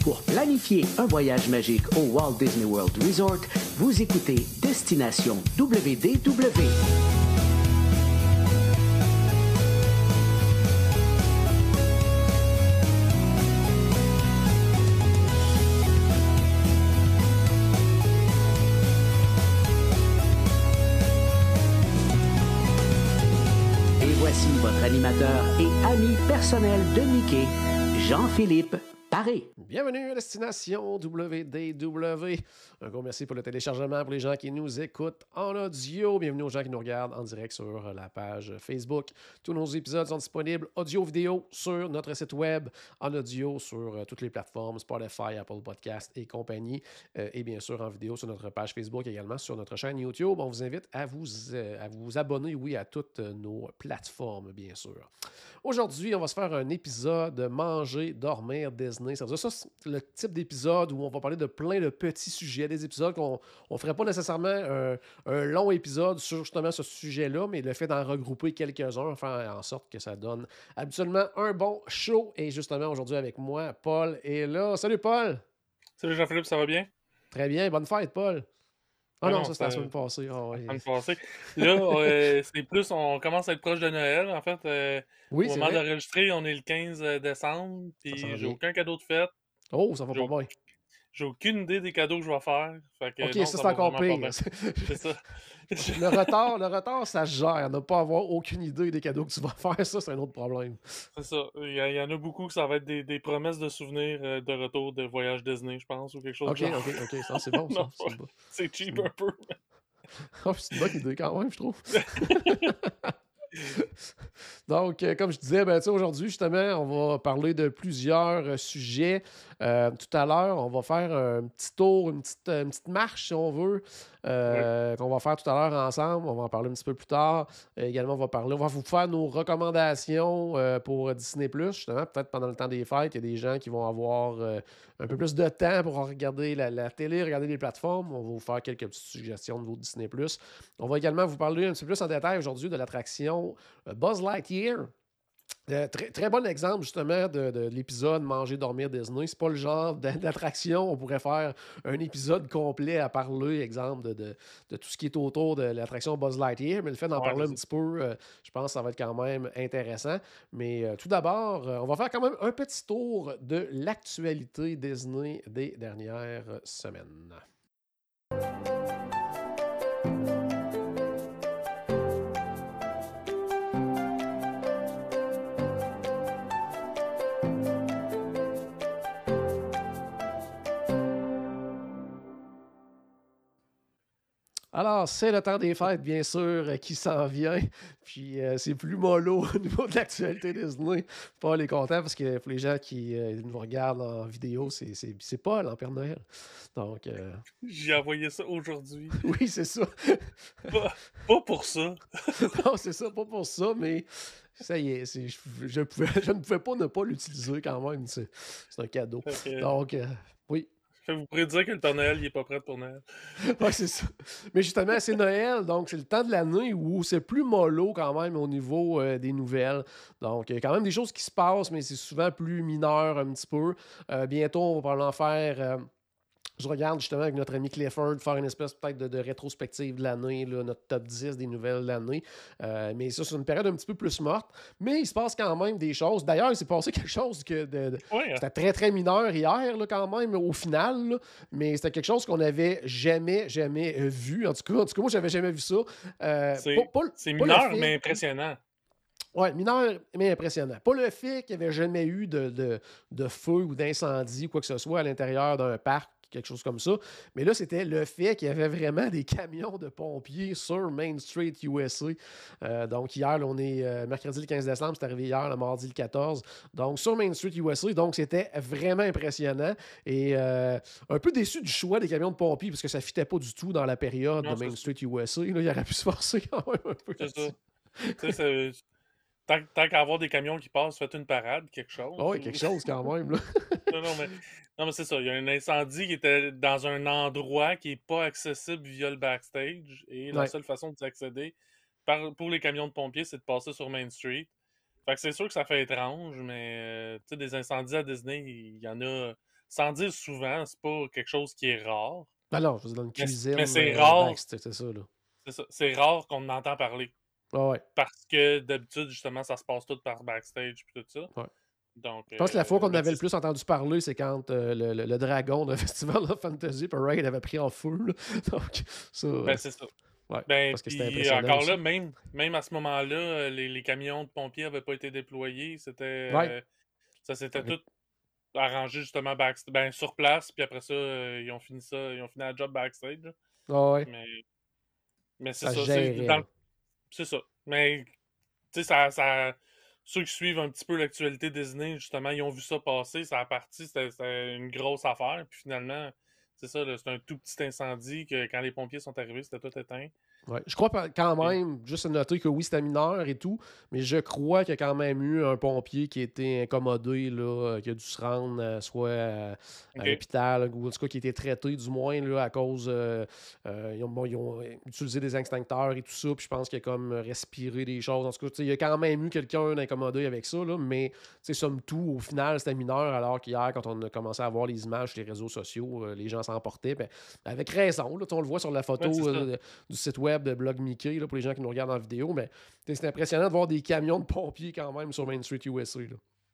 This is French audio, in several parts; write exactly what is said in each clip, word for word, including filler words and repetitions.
Pour planifier un voyage magique au Walt Disney World Resort, vous écoutez Destination W D W. Voici votre animateur et ami personnel de Mickey, Jean-Philippe Paré. Bienvenue à Destination W D W. Un gros merci pour le téléchargement pour les gens qui nous écoutent en audio. Bienvenue aux gens qui nous regardent en direct sur la page Facebook. Tous nos épisodes sont disponibles audio-vidéo sur notre site web, en audio sur euh, toutes les plateformes, Spotify, Apple Podcasts et compagnie. Euh, et bien sûr en vidéo sur notre page Facebook également, sur notre chaîne YouTube. On vous invite à vous, euh, à vous abonner, oui, à toutes nos plateformes, bien sûr. Aujourd'hui, on va se faire un épisode Manger, dormir, Disney. Ça veut dire ça, c'est le type d'épisode où on va parler de plein de petits sujets, des épisodes qu'on ne ferait pas nécessairement un, un long épisode sur justement ce sujet-là, mais le fait d'en regrouper quelques-uns, faire en sorte que ça donne habituellement un bon show. Et justement, aujourd'hui avec moi, Paul est là. Salut Paul! Salut Jean-Philippe, ça va bien? Très bien, bonne fête Paul! Ah ah non, non, ça c'était la ça- semaine passée. Ah ouais. La semaine passée. Là, euh, c'est plus, on commence à être proche de Noël. En fait, euh, Oui, au c'est moment vrai. d'enregistrer, on est le quinze décembre, Ça s'en puis j'ai vient. aucun cadeau de fête. Oh, ça va J'ai pas au- bien. j'ai aucune idée des cadeaux que je vais faire. Fait que Ok, non, ça ça c'est va encore vraiment pas pire. bien. C'est ça. Le retard, le retard, ça se gère. Ne pas avoir aucune idée des cadeaux que tu vas faire, ça, c'est un autre problème. C'est ça. Il y, a- il y en a beaucoup que ça va être des, des promesses de souvenirs euh, de retour de voyage Disney, je pense, ou quelque chose Ok, du genre. ok, ok, ça, c'est bon, ça. Non, C'est bon. c'est cheap un peu. Oh, c'est une bonne idée quand même, je trouve. Donc, euh, comme je disais, ben, tu sais, aujourd'hui, justement, on va parler de plusieurs euh, sujets. Euh, tout à l'heure, on va faire un petit tour, une petite, une petite marche, si on veut, euh, qu'on va faire tout à l'heure ensemble. On va en parler un petit peu plus tard. Euh, également, on va parler, on va vous faire nos recommandations euh, pour Disney+, justement. Peut-être pendant le temps des fêtes, il y a des gens qui vont avoir euh, un peu plus de temps pour regarder la, la télé, regarder les plateformes. On va vous faire quelques petites suggestions de vos Disney+. On va également vous parler un petit peu plus en détail aujourd'hui de l'attraction euh, Buzz Lightyear. Euh, très, très bon exemple, justement, de, de l'épisode Manger, dormir, Disney. C'est pas le genre d'attraction. On pourrait faire un épisode complet à parler, exemple, de, de, de tout ce qui est autour de l'attraction Buzz Lightyear. Mais le fait d'en Ouais, parler un c'est petit peu, euh, je pense que ça va être quand même intéressant. Mais euh, tout d'abord, euh, on va faire quand même un petit tour de l'actualité Disney des dernières semaines. Alors, c'est le temps des fêtes, bien sûr, euh, qui s'en vient. Puis, euh, c'est plus mollo au niveau de l'actualité Disney. Paul est content parce que pour les gens qui euh, nous regardent en vidéo, c'est, c'est, c'est Paul en Père Noël. Donc, euh, J'ai envoyé ça aujourd'hui. oui, c'est ça. Pas, pas pour ça. Non, c'est ça, pas pour ça, mais ça y est, c'est, je, je, pouvais- je ne pouvais pas ne pas l'utiliser quand même. C'est, c'est un cadeau. Fait que, Donc, euh, oui. fait que vous pourrez dire que le Père Noël, il est pas prêt pour Noël. Ouais, c'est ça. Mais justement, c'est Noël, donc c'est le temps de l'année où c'est plus mollo quand même au niveau euh, des nouvelles. Donc, il y a quand même des choses qui se passent, mais c'est souvent plus mineur un petit peu. Euh, bientôt, on va probablement faire... euh, je regarde justement avec notre ami Clifford faire une espèce peut-être de, de rétrospective de l'année, là, notre top dix des nouvelles de l'année. Euh, mais ça, c'est une période un petit peu plus morte. Mais il se passe quand même des choses. D'ailleurs, il s'est passé quelque chose que de, de- Ouais, hein. c'était très, très mineur hier, là, quand même, au final. Là. Mais c'était quelque chose qu'on n'avait jamais, jamais euh, vu. En tout cas, en tout cas, moi, j'avais jamais vu ça. Euh, C'est pas- pas le- c'est pas le mineur, fait- mais impressionnant. Ouais, mineur, mais impressionnant. Pas le fait qu'il n'y avait jamais eu de, de, de feu ou d'incendie ou quoi que ce soit à l'intérieur d'un parc, quelque chose comme ça. Mais là, c'était le fait qu'il y avait vraiment des camions de pompiers sur Main Street U S A. Euh, donc, hier, là, on est euh, mercredi le quinze décembre, c'est arrivé hier, le mardi le quatorze. Donc, sur Main Street U S A. Donc, c'était vraiment impressionnant. Et euh, un peu déçu du choix des camions de pompiers parce que ça ne fitait pas du tout dans la période Non, de Main c'est- Street U S A. Là, il aurait pu se forcer quand même un peu. C'est ça. là-dessus. Tu sais, c'est- tant, tant qu'à avoir des camions qui passent, faites une parade, quelque chose. Ah oui, ou- quelque chose quand même. Là. non, non, mais, non, mais c'est ça. Il y a un incendie qui était dans un endroit qui n'est pas accessible via le backstage. Et la Ouais. seule façon d'y accéder par, pour les camions de pompiers, c'est de passer sur Main Street. Fait que c'est sûr que ça fait étrange, mais euh, tu sais, des incendies à Disney, il y en a sans dire souvent, c'est pas quelque chose qui est rare. Ben non, je veux dire, dans une Mais, cuisine, mais c'est euh, rare, backstage, c'est ça, là. c'est ça, c'est rare qu'on en entend parler. Ah ouais, Parce que d'habitude, justement, ça se passe tout par backstage et tout ça. ouais. Donc, Je pense que la fois euh, qu'on mais avait tu le plus entendu parler, c'est quand euh, le, le- le dragon de Festival of Fantasy Parade avait pris en feu, là. Donc, ça, euh, ben c'est ça. ouais, Ben, parce que c'était puis impressionnant encore aussi. là, même, même à ce moment-là, euh, les, les camions de pompiers n'avaient pas été déployés. C'était, Ouais. euh, ça s'était Avec- tout arrangé justement back, ben, sur place. Puis après ça, euh, ils ont fini ça, ils ont fini la job backstage. là. Ah ouais, Mais, mais c'est ça ça, c'est gérait, dans là. le- c'est ça. Mais tu sais, ça, ça, ceux qui suivent un petit peu l'actualité Disney, justement, ils ont vu ça passer. Ça a parti, c'était c'était une grosse affaire. Puis finalement, c'est ça, là, c'est un tout petit incendie que quand les pompiers sont arrivés, c'était tout éteint. Ouais. Je crois pas- quand Et- même, juste à noter que oui, c'était mineur et tout, mais je crois qu'il y a quand même eu un pompier qui a été incommodé, là, euh, qui a dû se rendre euh, soit à, à Ok. l'hôpital, ou en tout cas qui a été traité du moins là, à cause. euh, euh, ils, ont, bon, ils ont utilisé des extincteurs et tout ça, puis je pense qu'il a comme respiré des choses. En tout cas, tu sais, il y a quand même eu quelqu'un d'incommodé avec ça, là, mais tu sais, somme tout, au final, c'était mineur, alors qu'hier, quand on a commencé à voir les images sur les réseaux sociaux, euh, les gens s'emportaient. Ben, avec raison, là, tu sais, on le voit sur la photo Ouais, c'est ça. euh, du site web de Blog Mickey, là, pour les gens qui nous regardent en vidéo, mais tu sais, c'est impressionnant de voir des camions de pompiers quand même sur Main Street U S A. Là.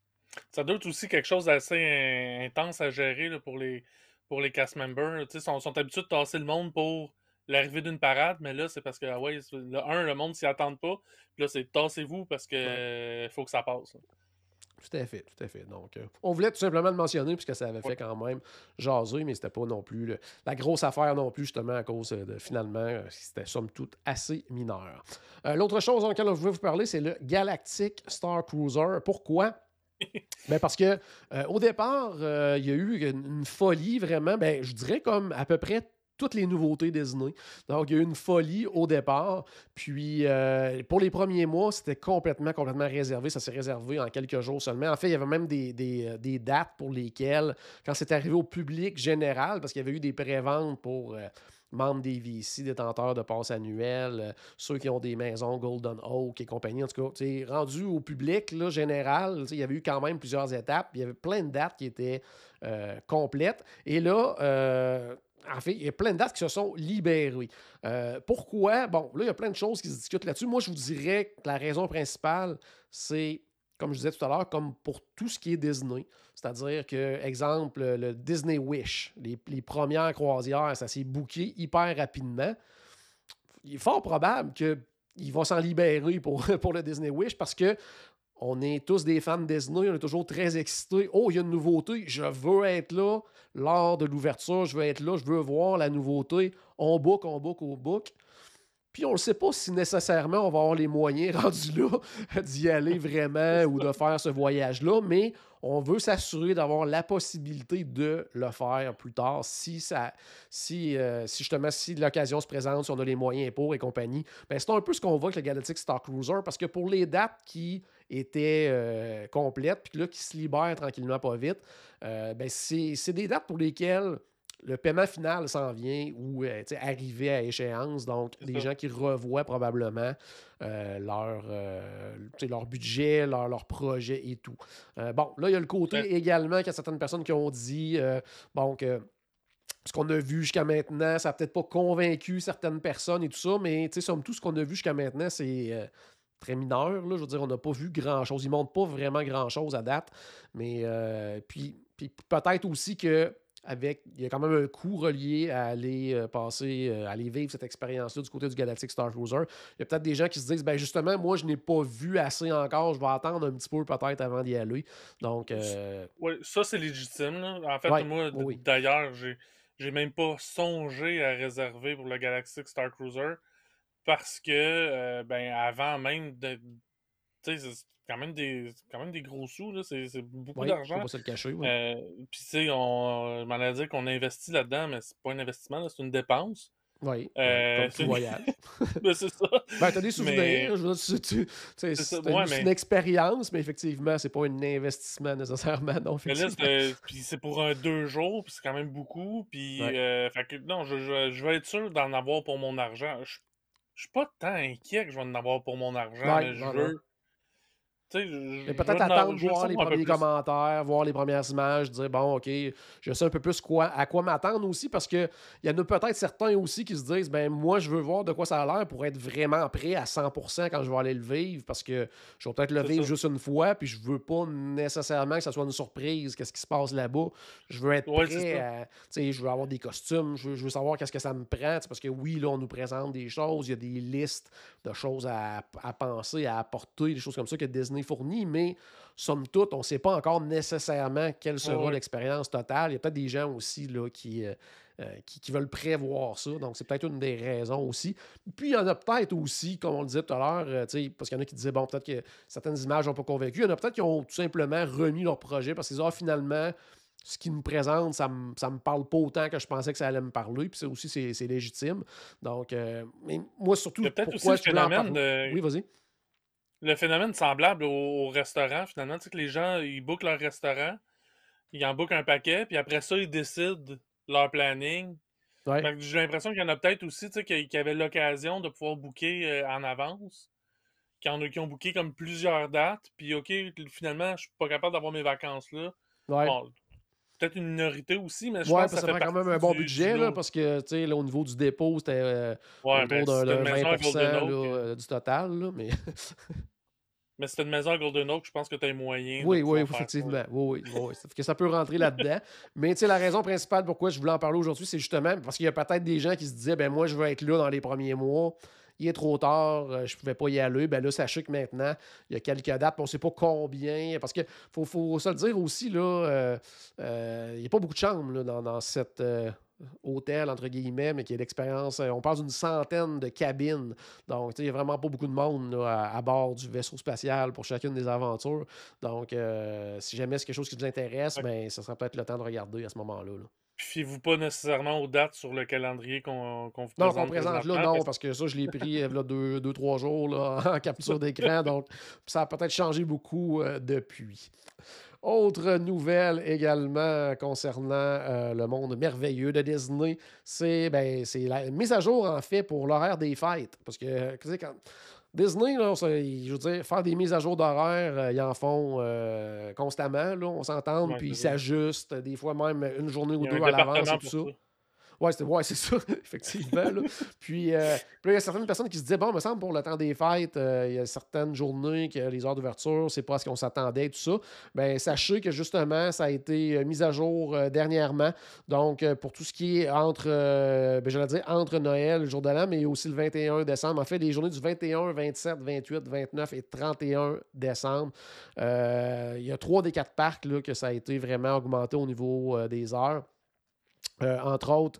Ça doit être aussi quelque chose d'assez in- intense à gérer là, pour les pour les cast members. Ils sont, sont habitués de tasser le monde pour l'arrivée d'une parade, mais là, c'est parce que, ah ouais, c'est- le, un, le monde s'y attend pas. Puis là, c'est tassez-vous parce que Ouais. euh, faut que ça passe. là. Tout à fait, tout à fait. Donc, euh, on voulait tout simplement le mentionner puisque ça avait Ouais. fait quand même jaser, mais c'était pas non plus le- la grosse affaire non plus, justement, à cause euh, de finalement, euh, c'était somme toute assez mineur. Euh, L'autre chose dans laquelle je voulais vous parler, c'est le Galactic Star Cruiser. Pourquoi? Ben parce que euh, au départ, euh, il y a eu une, une folie vraiment, ben, je dirais comme à peu près toutes les nouveautés Disney. Donc, il y a eu une folie au départ. Puis, euh, pour les premiers mois, c'était complètement, complètement réservé. Ça s'est réservé en quelques jours seulement. En fait, il y avait même des, des, euh, des dates pour lesquelles, quand c'est arrivé au public général, parce qu'il y avait eu des préventes pour euh, membres des V C, détenteurs de passes annuelles, euh, ceux qui ont des maisons Golden Oak et compagnie. En tout cas, tu sais, rendu au public là, général, tu sais, il y avait eu quand même plusieurs étapes. Il y avait plein de dates qui étaient euh, complètes. Et là, euh, en fait, il y a plein de dates qui se sont libérées. Euh, pourquoi? Bon, là, il y a plein de choses qui se discutent là-dessus. Moi, je vous dirais que la raison principale, c'est, comme je disais tout à l'heure, comme pour tout ce qui est Disney. C'est-à-dire que, exemple, le Disney Wish, les, les premières croisières, ça s'est booké hyper rapidement. Il est fort probable qu'ils vont s'en libérer pour, pour le Disney Wish parce que on est tous des fans de Disney, on est toujours très excités. Oh, il y a une nouveauté, je veux être là lors de l'ouverture, je veux être là, je veux voir la nouveauté. On book, on book, on book. Puis on ne sait pas si nécessairement on va avoir les moyens rendus là d'y aller vraiment ou de faire ce voyage-là, mais on veut s'assurer d'avoir la possibilité de le faire plus tard si ça, si, euh, si justement si l'occasion se présente, si on a les moyens pour et compagnie. Ben, c'est un peu ce qu'on voit avec le Galactic Star Cruiser parce que pour les dates qui étaient euh, complètes puis là qui se libèrent tranquillement pas vite, euh, ben, c'est, c'est des dates pour lesquelles le paiement final s'en vient ou euh, arriver à échéance. Donc, C'est des ça. gens qui revoient probablement euh, leur, euh, leur budget, leur, leur projet et tout. Euh, bon, là, il y a le côté Ouais. également qu'il y a certaines personnes qui ont dit euh, bon, que ce qu'on a vu jusqu'à maintenant, ça n'a peut-être pas convaincu certaines personnes et tout ça, mais somme tout, ce qu'on a vu jusqu'à maintenant, c'est euh, très mineur. Là. Je veux dire, on n'a pas vu grand-chose. Ils ne montrent pas vraiment grand-chose à date. Mais euh, puis, puis peut-être aussi que avec, il y a quand même un coût relié à aller euh, passer, euh, à aller vivre cette expérience-là du côté du Galactic Star Cruiser. Il y a peut-être des gens qui se disent, ben justement, moi, je n'ai pas vu assez encore, je vais attendre un petit peu peut-être avant d'y aller. Donc, euh, Ouais, ça, c'est légitime. Là. En fait, ouais, moi, d- oui, d'ailleurs, j'ai j'ai même pas songé à réserver pour le Galactic Star Cruiser parce que, euh, ben, avant même de. Tu sais, c'est quand même des, c'est quand même des gros sous, là. C'est c'est beaucoup oui, faut d'argent. pas se le cacher. Oui. Euh, Puis, tu sais, on, je m'en ai dit qu'on investit là-dedans, mais c'est pas un investissement, là, c'est une dépense. Oui, ouais, Euh, comme c'est tout voyage. ben, c'est ça. Ben, t'as des souvenirs. Mais, Je veux dire, tu- tu- tu sais, c'est ça. c'est Ouais, une, c'est une mais, expérience, mais effectivement, c'est pas un investissement nécessairement. Non, mais là, effectivement. c'est puis c'est pour un deux jours, puis c'est quand même beaucoup. Puis, Ouais. euh, fait que, non, je, je, je vais être sûr d'en avoir pour mon argent. Je, je suis pas tant inquiet que je vais en avoir pour mon argent, Ouais, mais je non, non. veux. Tu tu sais, je, Mais je peut-être veux, attendre, je veux voir les savoir un peu premiers plus. commentaires, voir les premières images, dire bon, OK, je sais un peu plus quoi, à quoi m'attendre aussi, parce qu'il y en a peut-être certains aussi qui se disent ben moi, je veux voir de quoi ça a l'air pour être vraiment prêt à cent pour cent quand je vais aller le vivre, parce que je vais peut-être le C'est vivre ça. juste une fois, puis je veux pas nécessairement que ça soit une surprise, qu'est-ce qui se passe là-bas. Je veux être Ouais, c'est prêt ça. à. Tu sais, je veux avoir des costumes, je veux, je veux savoir qu'est-ce que ça me prend, tu sais, parce que oui, là, on nous présente des choses, il y a des listes de choses à, à penser, à apporter, des choses comme ça que Disney fournit, mais somme toute, on ne sait pas encore nécessairement quelle Ouais, sera ouais. l'expérience totale. Il y a peut-être des gens aussi là, qui, euh, euh, qui, qui veulent prévoir ça, donc c'est peut-être une des raisons aussi. Puis il y en a peut-être aussi, comme on le disait tout à l'heure, euh, tu sais, parce qu'il y en a qui disaient, bon, peut-être que certaines images n'ont pas convaincu. Il y en a peut-être qui ont tout simplement remis leur projet parce qu'ils disent, ah, finalement, ce qu'ils me présentent, ça me, ça me parle pas autant que je pensais que ça allait me parler. Puis ça aussi, c'est, c'est légitime. Donc, euh, mais moi, Il y surtout, a peut-être aussi pourquoi le je voulais en phénomène parler. de Oui, vas-y. le phénomène semblable au, au restaurant, finalement. Tu sais que les gens, ils bookent leur restaurant, ils en bookent un paquet, puis après ça, ils décident leur planning. Ouais. Fait que j'ai l'impression qu'il y en a peut-être aussi, tu sais, qui, qui avaient l'occasion de pouvoir booker euh, en avance, qui, en, qui ont booké comme plusieurs dates, puis OK, finalement, je suis pas capable d'avoir mes vacances là. Ouais. Bon, peut-être une minorité aussi, mais je Ouais, pense parce que que ça ça fait prend quand même un partie bon du, du budget, là, lot. parce que, tu sais, là, au niveau du dépôt, c'était euh, Ouais, autour ben, d'un, si t'as d'un une maison à vingt pour cent Golden là, Oak, euh, euh, du total, là, mais mais si t'as une maison à Golden Oak, je pense que t'as les moyens de oui, oui, pouvoir faire ça. effectivement. Oui, oui, oui. Ça fait que ça peut rentrer là-dedans. Mais tu sais, la raison principale pourquoi je voulais en parler aujourd'hui, c'est justement parce qu'il y a peut-être des gens qui se disaient, ben moi, je veux être là dans les premiers mois. Il est trop tard, euh, je ne pouvais pas y aller. Ben là, sachez que maintenant, il y a quelques dates, mais on ne sait pas combien. Parce qu'il faut, faut se le dire aussi, là, euh, euh, il n'y a pas beaucoup de chambres là, dans, dans cette euh, hôtel, entre guillemets, mais qui est l'expérience. euh, On parle d'une centaine de cabines. Donc, tu sais, il n'y a vraiment pas beaucoup de monde là, à, à bord du vaisseau spatial pour chacune des aventures. Donc, euh, si jamais c'est quelque chose qui vous intéresse, Fait que ben, ça sera peut-être le temps de regarder à ce moment-là. Là. fiez-vous pas nécessairement aux dates sur le calendrier qu'on qu'on vous Non, qu'on présente présente là, présentement, non, parce parce que ça, je l'ai pris euh, là, deux, deux, trois jours là, en capture d'écran. Donc, ça a peut-être changé beaucoup euh, depuis. Autre nouvelle également concernant euh, le monde merveilleux de Disney, c'est ben, c'est la mise à jour en fait pour l'horaire des fêtes. Parce que, tu sais, quand Disney, là, ça, je veux dire, faire des mises à jour d'horaire, euh, ils en font euh, constamment, là, on s'entend, ouais, puis ils c'est ça. s'ajustent, des fois même une journée Il ou y a un deux à l'avance et département tout pour ça. ça. Ouais, c'est ouais, c'est ça, effectivement. Là. Puis, euh, puis là, il y a certaines personnes qui se disaient, bon, il me semble pour le temps des fêtes, euh, il y a certaines journées que les heures d'ouverture, c'est pas à ce qu'on s'attendait et tout ça. Bien, sachez que justement, ça a été euh, mis à jour euh, dernièrement. Donc, euh, pour tout ce qui est entre, euh, ben, j'allais dire entre Noël, le jour de l'an, mais aussi le vingt et un décembre. En fait, les journées du vingt et un, vingt-sept, vingt-huit, vingt-neuf et trente et un décembre. Euh, il y a trois des quatre parcs là, que ça a été vraiment augmenté au niveau euh, des heures. Euh, entre autres,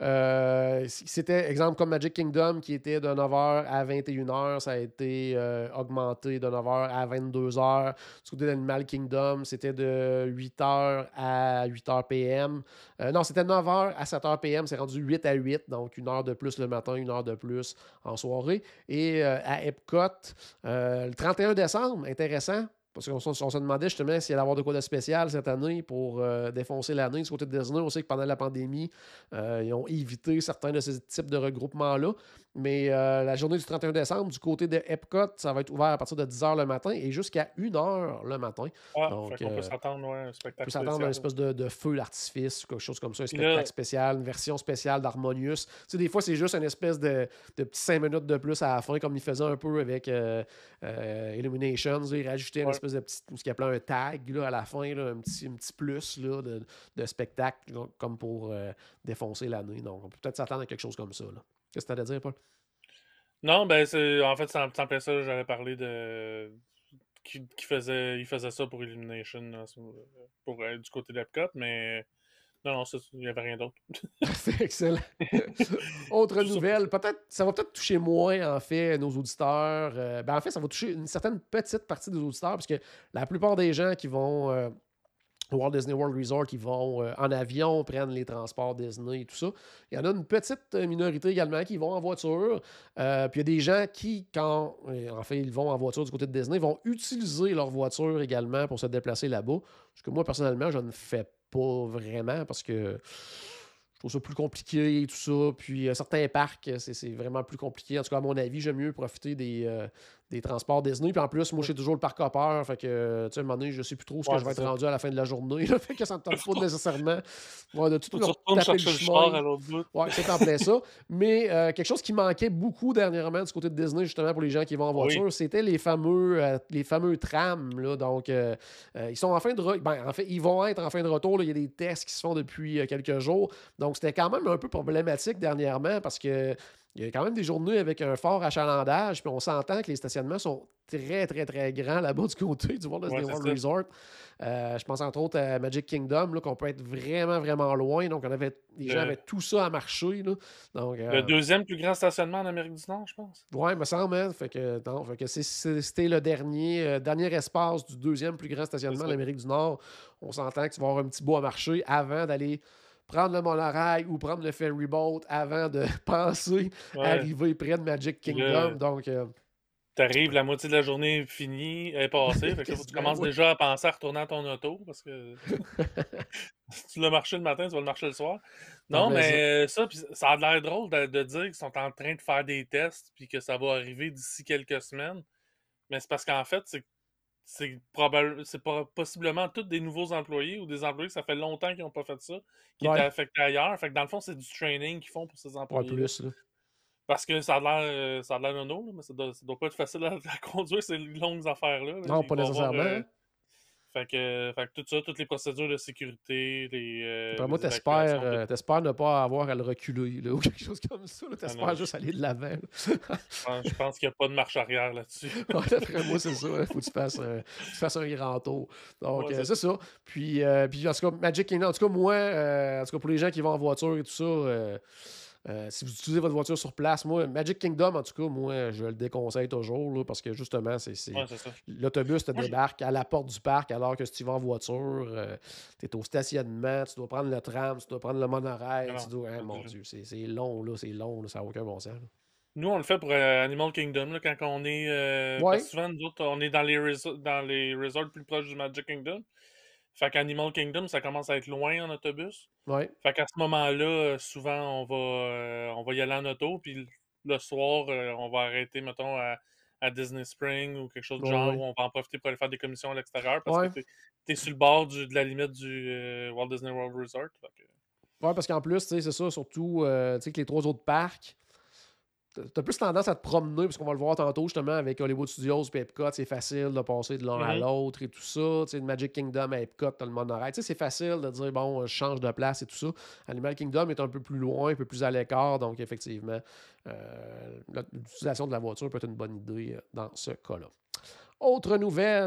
euh, c'était exemple comme Magic Kingdom qui était de neuf heures à vingt et une heures, ça a été euh, augmenté de neuf heures à vingt-deux heures. Du côté d'Animal Kingdom, c'était de huit heures à huit heures P M. Euh, non, c'était neuf heures à sept heures P M, c'est rendu huit à huit, donc une heure de plus le matin, une heure de plus en soirée. Et euh, à Epcot, euh, le trente et un décembre, intéressant. Parce qu'on on se demandait justement s'il allait y avoir de quoi de spécial cette année pour euh, défoncer l'année. Du côté de Disney, on sait que pendant la pandémie, euh, ils ont évité certains de ces types de regroupements-là. Mais euh, la journée du trente et un décembre, du côté de Epcot, ça va être ouvert à partir de dix heures le matin et jusqu'à une heure le matin. Ah, Donc, fait qu'on peut euh, s'attendre ouais, à un on spectacle peut s'attendre à une spécial. espèce de, de feu d'artifice, quelque chose comme ça, un Puis spectacle là, spécial, une version spéciale d'Harmonious. Tu sais, des fois, c'est juste une espèce de, de petits cinq minutes de plus à la fin, comme ils faisaient un peu avec euh, euh, Illuminations. Là, ils rajoutaient une ouais. espèce de petit, ce qu'ils appelaient un tag là, à la fin, là, un, petit, un petit plus là, de, de spectacle, là, comme pour euh, défoncer l'année. Donc, on peut peut-être s'attendre à quelque chose comme ça. Là. Qu'est-ce que tu as à dire, Paul? Non, ben c'est en fait, sans, sans faire ça, j'avais parlé de qui, qui faisait il faisait ça pour Illumination là, pour euh, du côté d'Epcot, mais non, non, ça, il n'y avait rien d'autre. C'est excellent. Autre Tout ça pour nouvelle, ça. peut-être, ça va peut-être toucher moins, en fait, nos auditeurs. Euh, ben, en fait, ça va toucher une certaine petite partie des auditeurs, parce que la plupart des gens qui vont euh, au Walt Disney World Resort, qui vont euh, en avion, prennent les transports Disney et tout ça, il y en a une petite minorité également qui vont en voiture. Euh, puis il y a des gens qui, quand, euh, en fait, ils vont en voiture du côté de Disney, vont utiliser leur voiture également pour se déplacer là-bas. Ce que moi, personnellement, je ne fais pas vraiment parce que je trouve ça plus compliqué et tout ça. Puis euh, certains parcs, c'est, c'est vraiment plus compliqué. En tout cas, à mon avis, j'aime mieux profiter des, euh, des transports Disney. Puis en plus, moi, j'ai toujours le parc hopper. Fait que, tu sais, à un moment donné, je sais plus trop ce que Ouais, je vais c'est être ça. rendu à la fin de la journée. Là, fait que ça me tente pas nécessairement ouais, de tout Faut que tu leur retournes taper le chercher le char chemin. à l'autre bout. Ouais, c'est en plein ça. Mais euh, quelque chose qui manquait beaucoup dernièrement du côté de Disney, justement, pour les gens qui vont en Oui. voiture, c'était les fameux, euh, les fameux trams. Là. Donc, euh, euh, ils sont en fin de re- ben, en fait, ils vont être en fin de retour. Là. Il y a des tests qui se font depuis euh, quelques jours. Donc, c'était quand même un peu problématique dernièrement parce que il y a quand même des journées avec un fort achalandage, puis on s'entend que les stationnements sont très, très, très grands là-bas du côté du Walt Disney Ouais, c'est World ça. Resort. Euh, je pense entre autres à Magic Kingdom, là, qu'on peut être vraiment, vraiment loin. Donc, on avait, les gens Le, avaient tout ça à marcher. Là. Donc, le euh, deuxième plus grand stationnement en Amérique du Nord, je pense. ouais, me semble, hein. Fait que, non, fait que c'est- c'est- c'était le dernier, euh, dernier espace du deuxième plus grand C'est stationnement en ça. Amérique du Nord. On s'entend que tu vas avoir un petit bout à marcher avant d'aller prendre le monorail ou prendre le ferry boat avant de penser Ouais. arriver près de Magic Puis Kingdom. là, Donc, euh, t'arrives, la moitié de la journée est finie, est passée. Fait que là, faut que tu quasiment, commences ouais. déjà à penser à retourner à ton auto parce que tu l'as marché le matin, tu vas le marcher le soir. En Non, plein ça. mais ça, puis ça a l'air drôle de, de dire qu'ils sont en train de faire des tests puis que ça va arriver d'ici quelques semaines. Mais c'est parce qu'en fait, c'est c'est probable, c'est pas, possiblement tous des nouveaux employés ou des employés que ça fait longtemps qu'ils n'ont pas fait ça, qui étaient Ouais, affectés ailleurs. Fait que dans le fond, c'est du training qu'ils font pour ces ouais, employés-là. plus. Là. Parce que ça a l'air euh, ça a l'air nono, là, mais ça doit, ça doit pas être facile à, à conduire ces longues affaires-là. Là. Non, Il pas va y avoir, nécessairement. euh, Hein. fait que, fait que tout ça, toutes les procédures de sécurité, les, euh, Après moi, les t'espères, évacuations, tout. euh, t'espères ne pas avoir à le reculer là, ou quelque chose comme ça. Là. Ah T'espères non, juste je, aller de l'avant. là. je pense, je pense qu'il n'y a pas de marche arrière là-dessus. Ouais, d'après moi, c'est ça. Il faut que tu fasses un, tu fasses un grand tour. Donc, Ouais, euh, c'est c'est ça. Puis, euh, puis, en tout cas, Magic Kingdom, en tout cas, moi, euh, en tout cas, pour les gens qui vont en voiture et tout ça, euh, euh, si vous utilisez votre voiture sur place, moi, Magic Kingdom, en tout cas, moi, je le déconseille toujours là, parce que justement, c'est, c'est- ouais, c'est ça. l'autobus te Moi, je- débarque à la porte du parc alors que si tu vas en voiture, tu es au stationnement, tu dois prendre le tram, tu dois prendre le monorail, non, tu dois. Hein, non, mon je- Dieu, c'est, c'est long, là, c'est long, là, ça n'a aucun bon sens. Là. Nous, on le fait pour euh, Animal Kingdom, là, quand on est. euh, parce Ouais, que souvent, nous autres, on est dans les, reso- dans les resorts plus proches du Magic Kingdom. Fait qu'Animal Kingdom, ça commence à être loin en autobus. ouais, Fait qu'à ce moment-là, euh, souvent, on va, euh, on va y aller en auto, puis le le soir, euh, on va arrêter, mettons, à, à Disney Spring ou quelque chose du ouais, genre, ouais. où on va en profiter pour aller faire des commissions à l'extérieur, parce que Ouais. t'es, t'es sur le bord du- de la limite du euh, Walt Disney World Resort. Fait que- Ouais, parce qu'en plus, tu sais, c'est ça, surtout, euh, tu sais, que les trois autres parcs, t'as t'as plus tendance à te promener, parce qu'on va le voir tantôt, justement, avec Hollywood Studios et Epcot, c'est facile de passer de l'un à Mhm. l'autre et tout ça. Tu sais, de Magic Kingdom à Epcot, t'as le monorail. Tu sais, c'est facile de dire, bon, je change de place et tout ça. Animal Kingdom est un peu plus loin, un peu plus à l'écart, donc effectivement, euh, l'utilisation de la voiture peut être une bonne idée euh, dans ce cas-là. Autre nouvelle,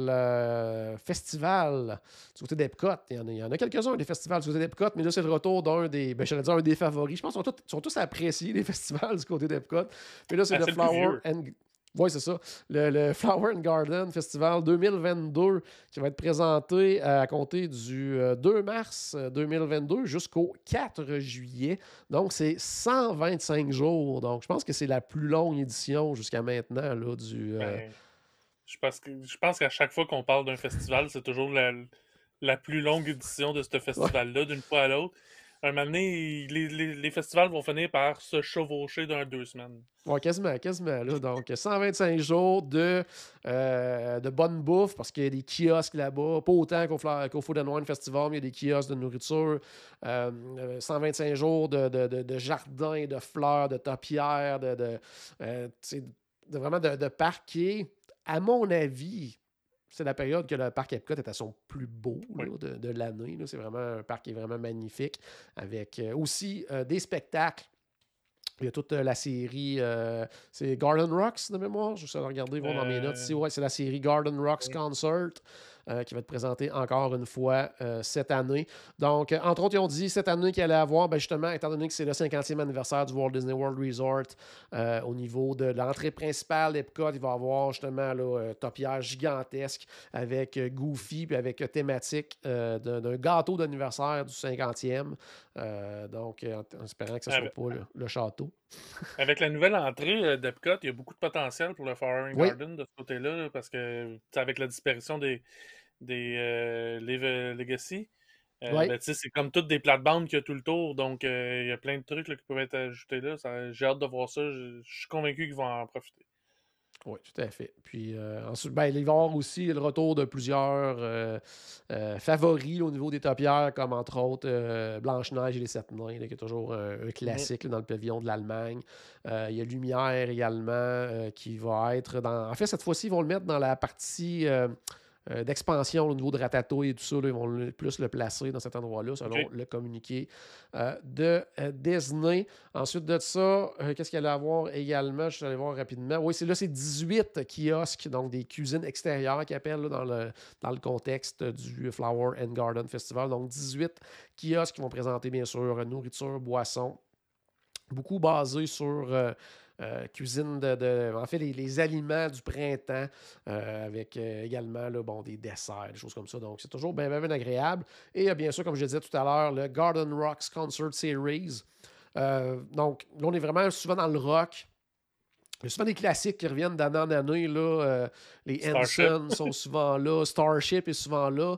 euh, festival du côté d'Epcot. Il y en a, il y en a quelques-uns, des festivals du côté d'Epcot, mais là, c'est le retour d'un des, ben, j'allais dire un des favoris. Je pense qu'ils sont, tous- sont tous appréciés, les festivals du côté d'Epcot. Mais là, c'est Ah, le c'est le plus Flower vieux. and... Oui, c'est ça. Le, le Flower and Garden Festival deux mille vingt-deux qui va être présenté à compter du euh, deux mars deux mille vingt-deux jusqu'au quatre juillet. Donc, c'est cent vingt-cinq jours. Donc, je pense que c'est la plus longue édition jusqu'à maintenant là, du... euh, Ben, je pense que, je pense qu'à chaque fois qu'on parle d'un festival, c'est toujours la, la plus longue édition de ce Ouais. festival-là, d'une fois à l'autre. Un moment donné, les, les- les festivals vont finir par se chevaucher dans deux semaines. Ouais, quasiment, quasiment. Là. Donc, cent vingt-cinq jours de, euh, de bonne bouffe parce qu'il y a des kiosques là-bas. Pas autant qu'au, Fla- qu'au Food and Wine Festival, mais il y a des kiosques de nourriture. Euh, euh, cent vingt-cinq jours de, de, de, de jardins, de fleurs, de topières, de, de, euh, tu sais, de vraiment de, de parcs qui est, à mon avis, c'est la période que le parc Epcot est à son plus beau là, Oui. de, de l'année. Là. C'est vraiment un parc qui est vraiment magnifique avec euh, aussi euh, des spectacles. Il y a toute euh, la série, euh, c'est Garden Rocks de mémoire. Je vais regarder voir dans mes notes ici. Euh, Ouais, c'est la série Garden Rocks oui. Concert euh, qui va être présentée encore une fois euh, cette année. Donc, euh, entre autres, ils ont dit cette année qu'il allait avoir, ben justement, étant donné que c'est le cinquantième anniversaire du Walt Disney World Resort, euh, au niveau de l'entrée principale d'Epcot, il va y avoir justement là, euh, topière gigantesque avec euh, Goofy puis avec euh, thématique euh, d'un, d'un gâteau d'anniversaire du cinquantième. Euh, donc, euh, en, en espérant que ce ne soit Avec, pas le, le château. avec la nouvelle entrée euh, d'Epcot, il y a beaucoup de potentiel pour le Flower and Oui, Garden de ce côté-là, là, parce que tu sais, avec la disparition des, des euh, Live Legacy, euh, oui. ben, tu sais, c'est comme toutes des plates-bandes qu'il y a tout le tour, donc euh, il y a plein de trucs là, qui peuvent être ajoutés là. Ça- j'ai hâte de voir ça. Je je suis convaincu qu'ils vont en profiter. Oui, tout à fait. Puis euh, ensuite, ben, il va y avoir aussi le retour de plusieurs euh, euh, favoris là, au niveau des topières, comme entre autres euh, Blanche-Neige et les Sept Nains, là, qui est toujours un, un Mhm. classique là, dans le pavillon de l'Allemagne. Euh, il y a Lumière également, euh, qui va être dans. En fait, cette fois-ci, ils vont le mettre dans la partie. euh, euh, d'expansion au niveau de Ratatouille et tout ça. Là, ils vont le- plus le placer dans cet endroit-là, selon OK. le communiqué euh, de euh, Disney. Ensuite de ça, euh, qu'est-ce qu'il allait avoir également? Je suis allé voir rapidement. Oui, c'est là, c'est dix-huit kiosques, donc des cuisines extérieures qu'ils appellent là, dans, le, dans le contexte du Flower and Garden Festival. Donc, dix-huit kiosques qui vont présenter, bien sûr, nourriture, boissons, beaucoup basé sur euh, euh, cuisine de, de- En fait, les, les aliments du printemps, euh, avec euh, également là, bon, des desserts, des choses comme ça. Donc, c'est toujours bien, bien, bien agréable. Et euh, bien sûr, comme je disais tout à l'heure, le Garden Rocks Concert Series. Euh, donc, là, on est vraiment souvent dans le rock. Il y a souvent des classiques qui reviennent d'année en année. Là. Euh, les Starship. Hanson sont souvent là. Starship est souvent là.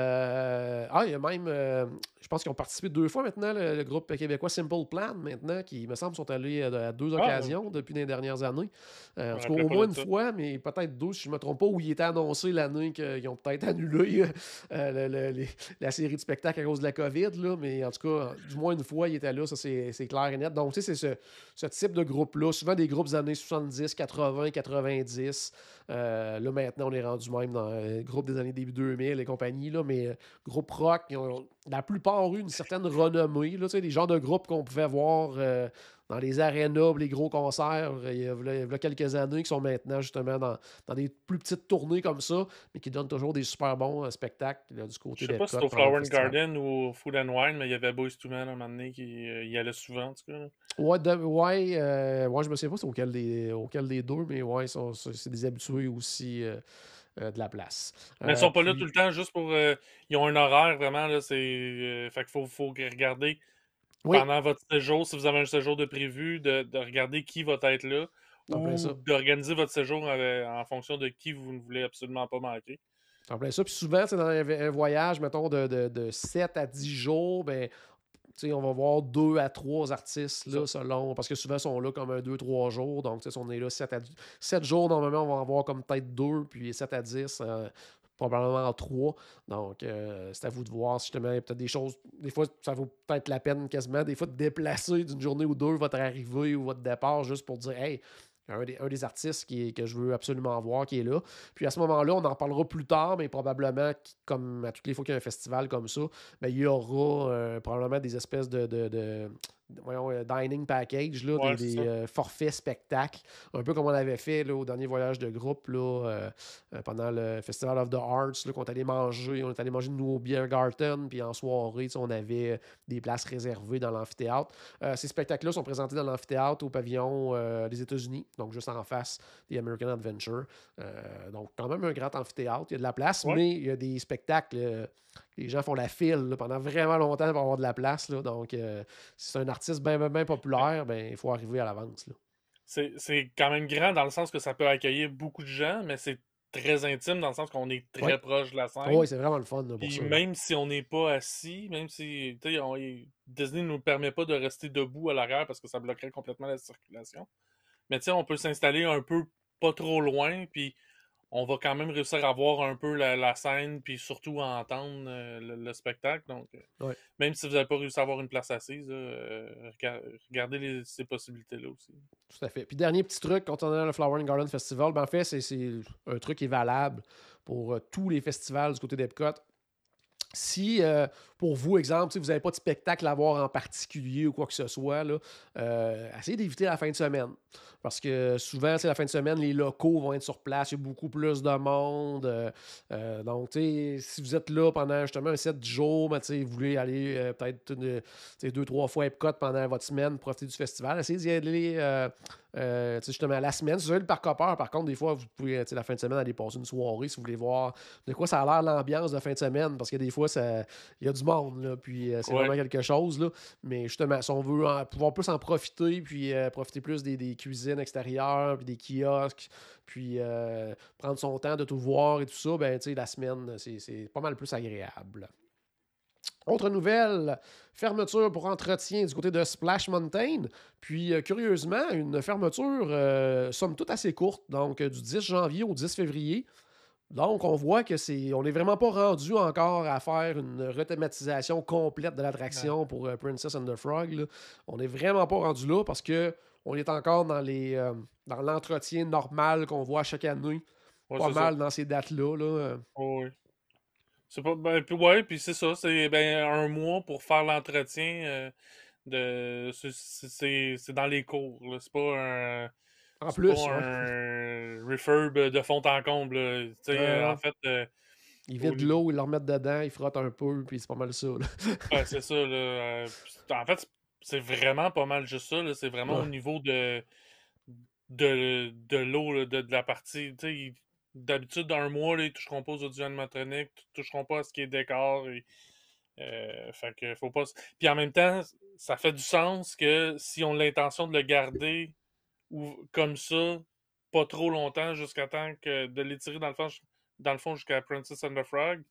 Euh, ah, il y a même, euh, je pense qu'ils ont participé deux fois maintenant, le, le groupe québécois Simple Plan, maintenant, qui, il me semble, sont allés à, à deux Ah, occasions depuis les dernières années. Euh, je en me tout cas, rappelais au pas moins de une ça. fois, mais peut-être deux, si je ne me trompe pas, où il était annoncé l'année qu'ils ont peut-être annulé euh, le- le- les- la série de spectacles à cause de la COVID. Là, mais en tout cas, du moins une fois, il était là, ça c'est c'est clair et net. Donc, tu sais, c'est ce, ce type de groupe-là, souvent des groupes des années soixante-dix, quatre-vingts, quatre-vingt-dix. Euh, là, maintenant, on est rendu même dans le groupe des années début deux mille et compagnie, là, mais euh, groupe rock, ils ont la plupart eu une certaine renommée. Là, tu sais, des genres de groupes qu'on pouvait voir euh, dans les arénas, les gros concerts, euh, il y a, il y a quelques années, qui sont maintenant justement dans, dans des plus petites tournées comme ça, mais qui donnent toujours des super bons euh, spectacles là, du Je côté sais pas si d'Epcot c'était au pendant le Flower and festival. Garden ou au Food and Wine, mais il y avait Boyz two Men à un moment donné qui euh, y allait souvent, en tout cas. Là. Ouais, de- ouais, euh, ouais, je me souviens pas c'est auquel des, auquel des deux, mais ouais, sont- c'est c'est des habitués aussi euh, euh, de la place. Mais ils Euh, sont pas là tout puis, le temps juste pour. Euh, ils ont un horaire vraiment, là. C'est. Euh, fait qu'il faut, faut regarder oui, pendant votre séjour, si vous avez un séjour de prévu, de, de regarder qui va être là c'est en plein ou ça. d'organiser votre séjour en, en fonction de qui vous ne voulez absolument pas manquer. C'est en plein ça. Puis souvent, c'est dans un, un voyage, mettons, de, de, de sept à dix jours, ben, tu sais, on va voir deux à trois artistes, C'est ça. là, selon. Parce que souvent, ils sont là comme un deux trois jours. Donc, tu sais, si on est là sept à dix sept jours, normalement, on va en avoir comme peut-être deux, puis sept à dix, euh, probablement trois. Donc, euh, c'est à vous de voir si justement, il y a peut-être des choses. Des fois, ça vaut peut-être la peine quasiment, des fois, de déplacer d'une journée ou deux votre arrivée ou votre départ juste pour dire, hey, un des, un des artistes qui est- que je veux absolument voir qui est là. Puis à ce moment-là, on en parlera plus tard, mais probablement, qui- comme à toutes les fois qu'il y a un festival comme ça, ben, il y aura euh, probablement des espèces de, de, de- de- voyons, euh, dining package, là, des, Ouais, c'est des, ça. euh, forfaits spectacles, un peu comme on avait fait là, au dernier voyage de groupe là, euh, euh, pendant le Festival of the Arts, là, qu'on est allé manger, on est allé manger nous au Beer Garden, puis en soirée, tu sais, on avait des places réservées dans l'amphithéâtre. Euh, ces spectacles-là sont présentés dans l'amphithéâtre au pavillon euh, des États-Unis, donc juste en face des American Adventure. Euh, donc, quand même un grand amphithéâtre, il y a de la place, Ouais. mais il y a des spectacles. euh, les gens font la file là, pendant vraiment longtemps pour avoir de la place. Là, donc, euh, si c'est un artiste bien, bien, bien populaire, ben, il faut arriver à l'avance. Là. C'est c'est quand même grand dans le sens que ça peut accueillir beaucoup de gens, mais c'est très intime dans le sens qu'on est Oui, très proche de la oui, scène. c'est vraiment le fun là, pour Puis ça. Là. même si on n'est pas assis, même si tu sais, on- Disney ne nous permet pas de rester debout à l'arrière parce que ça bloquerait complètement la circulation. Mais tu sais, on peut s'installer un peu pas trop loin, puis on va quand même réussir à voir un peu la, la scène, puis surtout à entendre euh, le, le spectacle. Donc, euh, Ouais. même si vous n'avez pas réussi à avoir une place assise, là, euh, rega- regardez les- ces possibilités-là aussi. Tout à fait. Puis, dernier petit truc, concernant le Flower and Garden Festival, ben, en fait, c'est c'est un truc qui est valable pour euh, tous les festivals du côté d'Epcot. Si, euh, pour vous, exemple, si vous n'avez pas de spectacle à voir en particulier ou quoi que ce soit, là, euh, essayez d'éviter la fin de semaine. Parce que souvent, la fin de semaine, les locaux vont être sur place, il y a beaucoup plus de monde. Euh, euh, donc, si vous êtes là pendant justement un sept jours, ben, vous voulez aller euh, peut-être une, deux, trois fois Epcot pendant votre semaine, profiter du festival, essayez d'y aller euh, euh, justement la semaine. Si vous avez le parc hopper, par contre, des fois, vous pouvez la fin de semaine aller passer une soirée si vous voulez voir de quoi ça a l'air l'ambiance de fin de semaine, parce que des fois, ça, il y a du monde, là, puis euh, c'est Ouais. vraiment quelque chose. Là. Mais justement, si on veut en, pouvoir plus en profiter, puis euh, profiter plus des, des cuisines extérieures, puis des kiosques, puis euh, prendre son temps de tout voir et tout ça, ben, tu sais, la semaine, c'est, c'est pas mal plus agréable. Autre nouvelle, fermeture pour entretien du côté de Splash Mountain. Puis, euh, curieusement, une fermeture, euh, somme toute assez courte, donc euh, du dix janvier au dix février. Donc, on voit que c'est, on n'est vraiment pas rendu encore à faire une rethématisation complète de l'attraction pour euh, Princess and the Frog. Là. On n'est vraiment pas rendu là parce que on est encore dans les euh, dans l'entretien normal qu'on voit chaque année. Ouais, Pas c'est mal ça. dans ces dates-là. Là. Oh, oui. C'est pas. Ben, puis ouais, puis c'est ça. C'est ben, un mois pour faire l'entretien. euh, de c'est c'est- c'est dans les cours. Là. C'est pas un. En C'est plus, pas ouais. un refurb de fond en comble. là. Tu sais, euh, Euh, en fait, euh, ils au vident niveau. l'eau, ils le remettent dedans, ils frottent un peu, puis c'est pas mal ça. Là. Ouais, c'est ça. Là, euh, puis en fait, c'est vraiment pas mal juste ça. là. C'est vraiment au Ouais. niveau de, de, de l'eau, là, de, de la partie. Tu sais, ils- d'habitude, dans un mois, là, ils toucheront pas aux audio animatroniques, ils toucheront pas à ce qui est décor. Et, euh, fait que faut pas. s- Puis en même temps, ça fait du sens que si on a l'intention de le garder ou comme ça, pas trop longtemps, jusqu'à temps que de l'étirer dans le fond, dans le fond jusqu'à Princess and the Frog.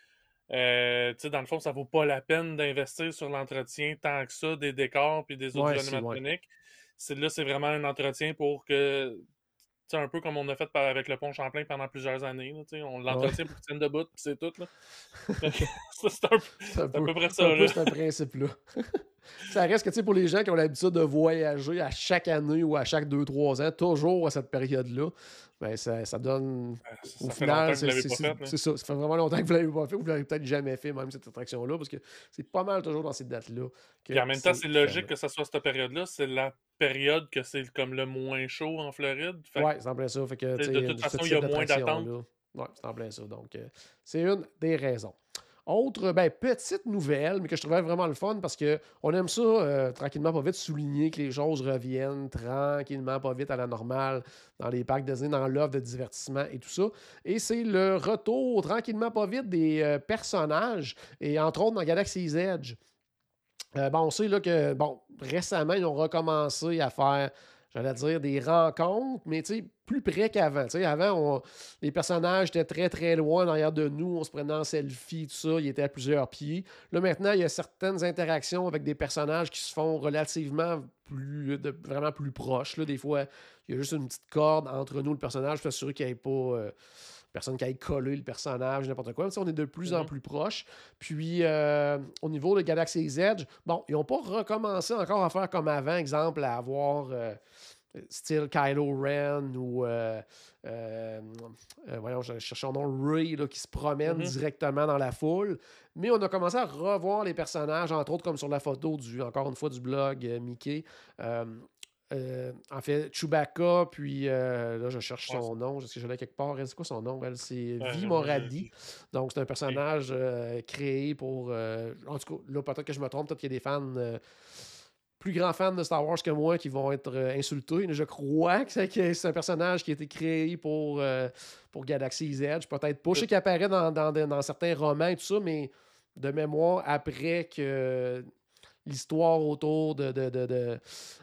Euh, tu sais, dans le fond, ça vaut pas la peine d'investir sur l'entretien tant que ça des décors puis des Ouais, audio c'est ouais. animatroniques. C'est là, c'est vraiment un entretien pour que, tu sais, un peu comme on a fait par- avec le pont Champlain pendant plusieurs années. Là, tu sais, on Ouais. l'entretient pour qu'il tienne debout, puis c'est tout. Là. Fait que ça, c'est un, peu- C'est un c'est à peu, peu près c'est un ça. peu Là. ce principe-là. Ça reste que, tu sais, pour les gens qui ont l'habitude de voyager à chaque année ou à chaque deux trois ans, toujours à cette période-là, ben ça, ça donne. Euh, Ça, Au ça fait longtemps final, que vous c'est l'avez c'est- pas c'est- fait. Là. c'est ça. Ça fait vraiment longtemps que vous ne l'avez pas fait ou vous ne l'avez peut-être jamais fait, même cette attraction-là, parce que c'est pas mal toujours dans ces dates-là Puis en que même temps, c'est c'est fermé. logique que ça soit cette période-là. C'est la période que c'est comme le moins chaud en Floride. Fait que, Ouais, c'est en plein ça. Fait que, tu sais, tu de sais, toute ce façon, il y type a moins d'attente. d'attraction-là, ouais, c'est en plein ça. Donc, euh, c'est une des raisons. Autre, ben, petite nouvelle, mais que je trouvais vraiment le fun parce qu'on aime ça, euh, tranquillement, pas vite, souligner que les choses reviennent tranquillement, pas vite à la normale dans les parcs Disney, dans l'offre de divertissement et tout ça. Et c'est le retour, tranquillement, pas vite, des euh, personnages, et entre autres dans Galaxy's Edge. Euh, bon, on sait là, que, bon, récemment, ils ont recommencé à faire, j'allais dire, des rencontres, mais tu sais, plus près qu'avant. Tu sais, avant, on- les personnages étaient très, très loin derrière de nous, on se prenait en selfie, tout ça, ils étaient à plusieurs pieds. Là, maintenant, il y a certaines interactions avec des personnages qui se font relativement plus, de- vraiment plus proches. Là. Des fois, il y a juste une petite corde entre nous, le personnage, pour s'assurer qu'il n'y ait pas. euh, personne qui aille coller le personnage, n'importe quoi. On est de plus en Mhm. plus proches. Puis, euh, au niveau de Galaxy's Edge, bon, ils n'ont pas recommencé encore à faire comme avant, exemple, à avoir euh, style Kylo Ren ou, euh, euh, euh, voyons, je cherche son nom, Rey, là, qui se promène Mhm. directement dans la foule. Mais on a commencé à revoir les personnages, entre autres, comme sur la photo, du, encore une fois, du blog euh, Mickey. Euh, euh, en fait, Chewbacca, puis euh, là, je cherche Ouais, son nom, est-ce que je l'ai quelque part? Elle, c'est quoi son nom? Elle, c'est euh, Vi moi, je, Moradi. Donc, c'est un personnage euh, créé pour. euh, en tout cas, là, peut-être que je me trompe, peut-être qu'il y a des fans. euh, plus grands fans de Star Wars que moi qui vont être euh, insultés. Je crois que c'est, que c'est un personnage qui a été créé pour, euh, pour Galaxy's Edge. Peut-être pas. Je sais qu'il apparaît dans, dans, dans certains romans et tout ça, mais de mémoire, après que l'histoire autour de, de, de, de,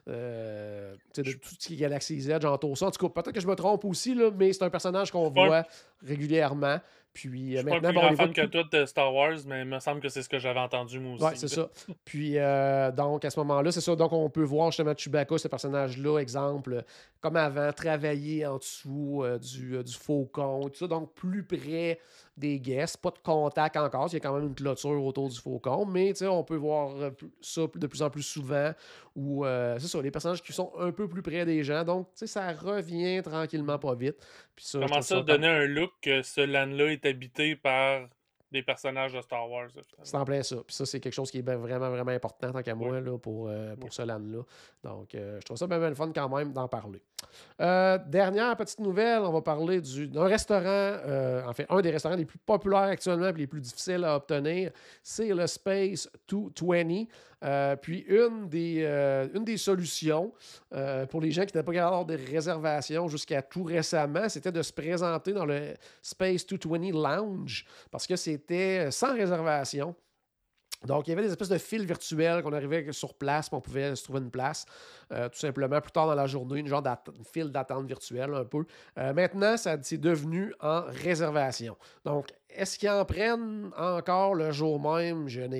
euh, tu sais, de tout ce qui est Galaxy's Edge entoure ça. En tout cas, peut-être que je me trompe aussi, là, mais c'est un personnage qu'on suis pas un- voit régulièrement. Puis je euh, suis pas un maintenant, plus bon, on grand les voit fan que tout. toi de Star Wars, mais il me semble que c'est ce que j'avais entendu moi Ouais, aussi. c'est là. ça. Puis, euh, donc, à ce moment-là, c'est ça. Donc, on peut voir justement Chewbacca, ce personnage-là, exemple, euh, comme avant, travailler en dessous euh, du, euh, du faucon, tout ça. Donc, plus près des guests. Pas de contact encore. Il y a quand même une clôture autour du faucon. Mais, tu sais, on peut voir euh, plus- ça de plus en plus souvent. Ou, euh, c'est ça, les personnages qui sont un peu plus près des gens. Donc, tu sais, ça revient tranquillement pas vite. Puis ça, je Comment trouve ça ça comme. donner un look que ce land-là est habité par des personnages de Star Wars, là, C'est finalement. en plein ça. Puis ça, c'est quelque chose qui est ben vraiment, vraiment important tant qu'à Oui. moi là, pour, euh, pour Oui. ce land-là. Donc, euh, je trouve ça bien, bien le fun quand même d'en parler. Euh, dernière petite nouvelle, on va parler du, d'un restaurant, euh, en fait, un des restaurants les plus populaires actuellement et les plus difficiles à obtenir, c'est le Space deux cent vingt. Euh, puis une des, euh, une des solutions euh, pour les gens qui n'étaient pas capables d'avoir des réservations jusqu'à tout récemment, c'était de se présenter dans le Space deux cent vingt Lounge parce que c'était sans réservation. Donc, il y avait des espèces de fils virtuels qu'on arrivait sur place, puis on pouvait se trouver une place, euh, tout simplement, plus tard dans la journée, une genre de file d'attente virtuelle un peu. Euh, maintenant, ça, c'est devenu en réservation. Donc, est-ce qu'ils en prennent encore le jour même? Je n'ai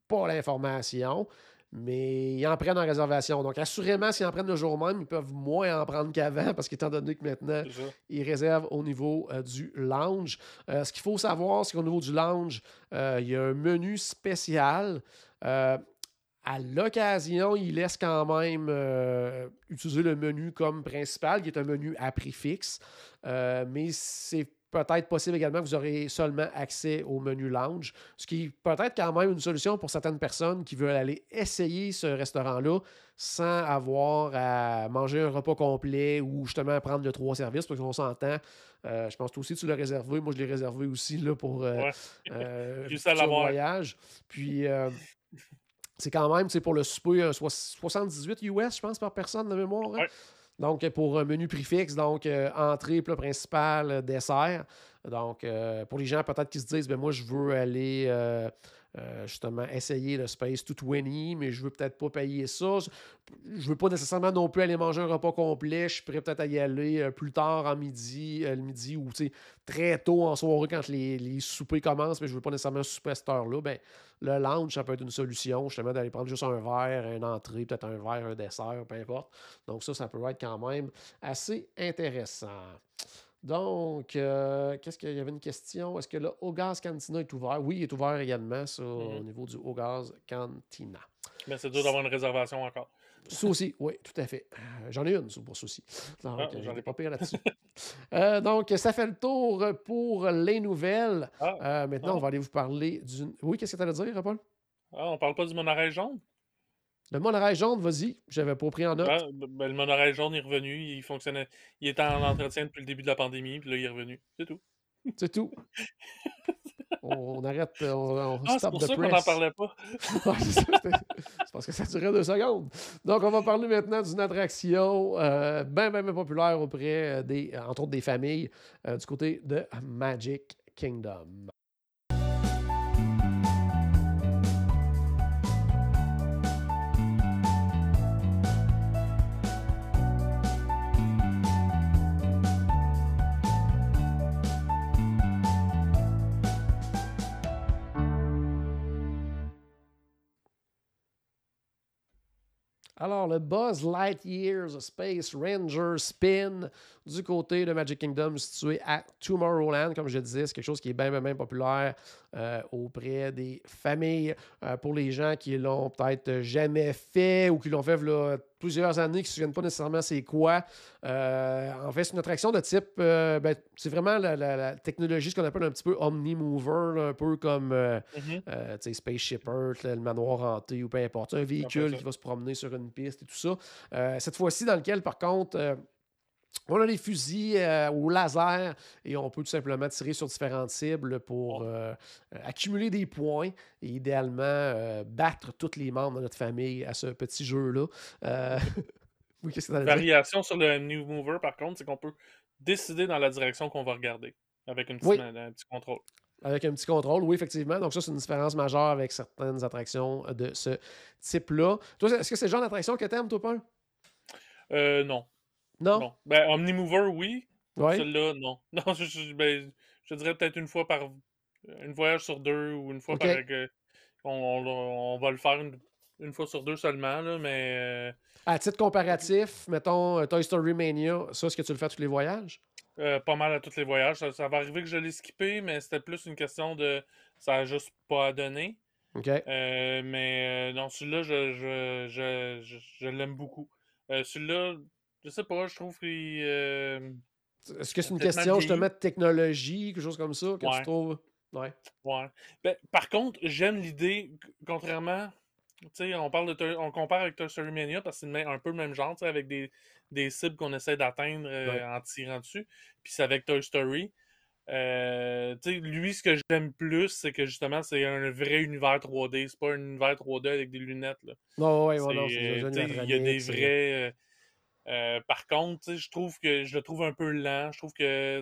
pas l'information, mais ils en prennent en réservation. Donc, assurément, s'ils en prennent le jour même, ils peuvent moins en prendre qu'avant, parce qu'étant donné que maintenant, ils réservent au niveau euh, du lounge. Euh, ce qu'il faut savoir, c'est qu'au niveau du lounge, euh, il y a un menu spécial. Euh, À l'occasion, il laisse quand même euh, utiliser le menu comme principal, qui est un menu à prix fixe. Euh, mais c'est peut-être possible également que vous aurez seulement accès au menu lounge, ce qui est peut-être quand même une solution pour certaines personnes qui veulent aller essayer ce restaurant-là sans avoir à manger un repas complet ou justement prendre le trois services, parce qu'on s'entend. Euh, je pense que toi aussi tu l'as réservé. Moi, je l'ai réservé aussi là, pour euh, Ouais. euh, Juste à futur l'avoir. voyage. Puis... Euh, c'est quand même, pour le souper, un soixante-dix-huit U S, je pense, par personne de mémoire. Hein? Ouais. Donc, pour un menu prix fixe, donc euh, entrée, plat principal, euh, dessert. Donc, euh, pour les gens peut-être qui se disent, ben moi, je veux aller euh, euh, justement essayer le Space deux cent vingt, mais je veux peut-être pas payer ça. Je veux pas nécessairement non plus aller manger un repas complet. Je pourrais peut-être y aller euh, plus tard en midi, euh, le midi ou très tôt en soirée quand les, les soupers commencent, mais je veux pas nécessairement souper à cette heure-là. Ben, le lounge, ça peut être une solution, justement, d'aller prendre juste un verre, une entrée, peut-être un verre, un dessert, peu importe. Donc ça, ça peut être quand même assez intéressant. Donc, euh, qu'est-ce qu'il y avait une question? Est-ce que le Ogaz Cantina est ouvert? Oui, il est ouvert également, ça, mm-hmm. au niveau du Ogaz Cantina. Mais c'est dur d'avoir une réservation encore. Ça aussi, oui, tout à fait. Euh, j'en ai une, ça, pour ça aussi. Donc, ah, euh, j'en ai pas pire là-dessus. euh, donc, ça fait le tour pour les nouvelles. Ah, euh, maintenant, ah. on va aller vous parler d'une... Oui, qu'est-ce que tu allais dire, Paul? Ah, on parle pas du monorail jaune? Le monorail jaune, vas-y. J'avais pas pris en note. Ah, ben, le monorail jaune est revenu. Il fonctionnait. Il était en entretien depuis le début de la pandémie, puis là, il est revenu. C'est tout. C'est tout. on, on arrête, on, on ah, stop c'est pour the ça press. qu'on n'en parlait pas. c'est parce que ça durait deux secondes. Donc, on va parler maintenant d'une attraction euh, bien, bien, bien populaire auprès des, entre autres, des familles euh, du côté de Magic Kingdom. Alors, le Buzz Lightyear's Space Ranger Spin du côté de Magic Kingdom, situé à Tomorrowland. Comme je disais, c'est quelque chose qui est bien, bien, bien populaire euh, auprès des familles. Euh, pour les gens qui l'ont peut-être jamais fait ou qui l'ont fait là, plusieurs années, qui ne se souviennent pas nécessairement c'est quoi. Euh, en fait, c'est une attraction de type... Euh, ben, c'est vraiment la, la, la technologie, ce qu'on appelle un petit peu Omnimover, là, un peu comme euh, mm-hmm. euh, Spaceship Earth, là, le manoir hanté ou peu importe. Un véhicule qui va se promener sur une piste et tout ça. Euh, cette fois-ci, dans lequel, par contre... Euh, on a des fusils euh, au laser et on peut tout simplement tirer sur différentes cibles pour euh, accumuler des points et idéalement euh, battre tous les membres de notre famille à ce petit jeu-là. Euh... oui, qu'est-ce que tu as Variation sur le New Mover, par contre, c'est qu'on peut décider dans la direction qu'on va regarder avec une petite, oui. un, un petit contrôle. Avec un petit contrôle, oui, effectivement. Donc ça, c'est une différence majeure avec certaines attractions de ce type-là. Toi, est-ce que c'est le genre d'attraction que tu aimes, toi, Paul? Euh, non. Non? non. Ben, Omnimover, oui. Ouais. Celle-là, non. Non, je, je, ben, je dirais peut-être une fois par... Une voyage sur deux ou une fois okay. par... Euh, on, on, on va le faire une, une fois sur deux seulement, là, mais... Euh... À titre comparatif, mettons Toy Story Mania, ça, est-ce que tu le fais à tous les voyages? Euh, pas mal à tous les voyages. Ça, ça va arriver que je l'ai skippé, mais c'était plus une question de... Ça a juste pas à donner. OK. Euh, mais euh, non, celui-là, je, je, je, je, je l'aime beaucoup. Euh, celui-là... Je sais pas, je trouve qu'il... Euh, Est-ce que c'est une question justement de technologie, quelque chose comme ça, que ouais. tu trouves? Ouais. Ouais. Ben, par contre, j'aime l'idée, contrairement... Tu sais, on parle de... On compare avec Toy Story Mania parce que c'est un peu le même genre, avec des, des cibles qu'on essaie d'atteindre euh, ouais. en tirant dessus. Puis c'est avec Toy Story. Euh, tu sais, lui, ce que j'aime plus, c'est que justement, c'est un vrai univers trois D. C'est pas un univers trois D avec des lunettes. Là. Non, ouais, ouais, non, c'est il y a des vrais... Euh, Euh, par contre, je trouve que je le trouve un peu lent. Je trouve que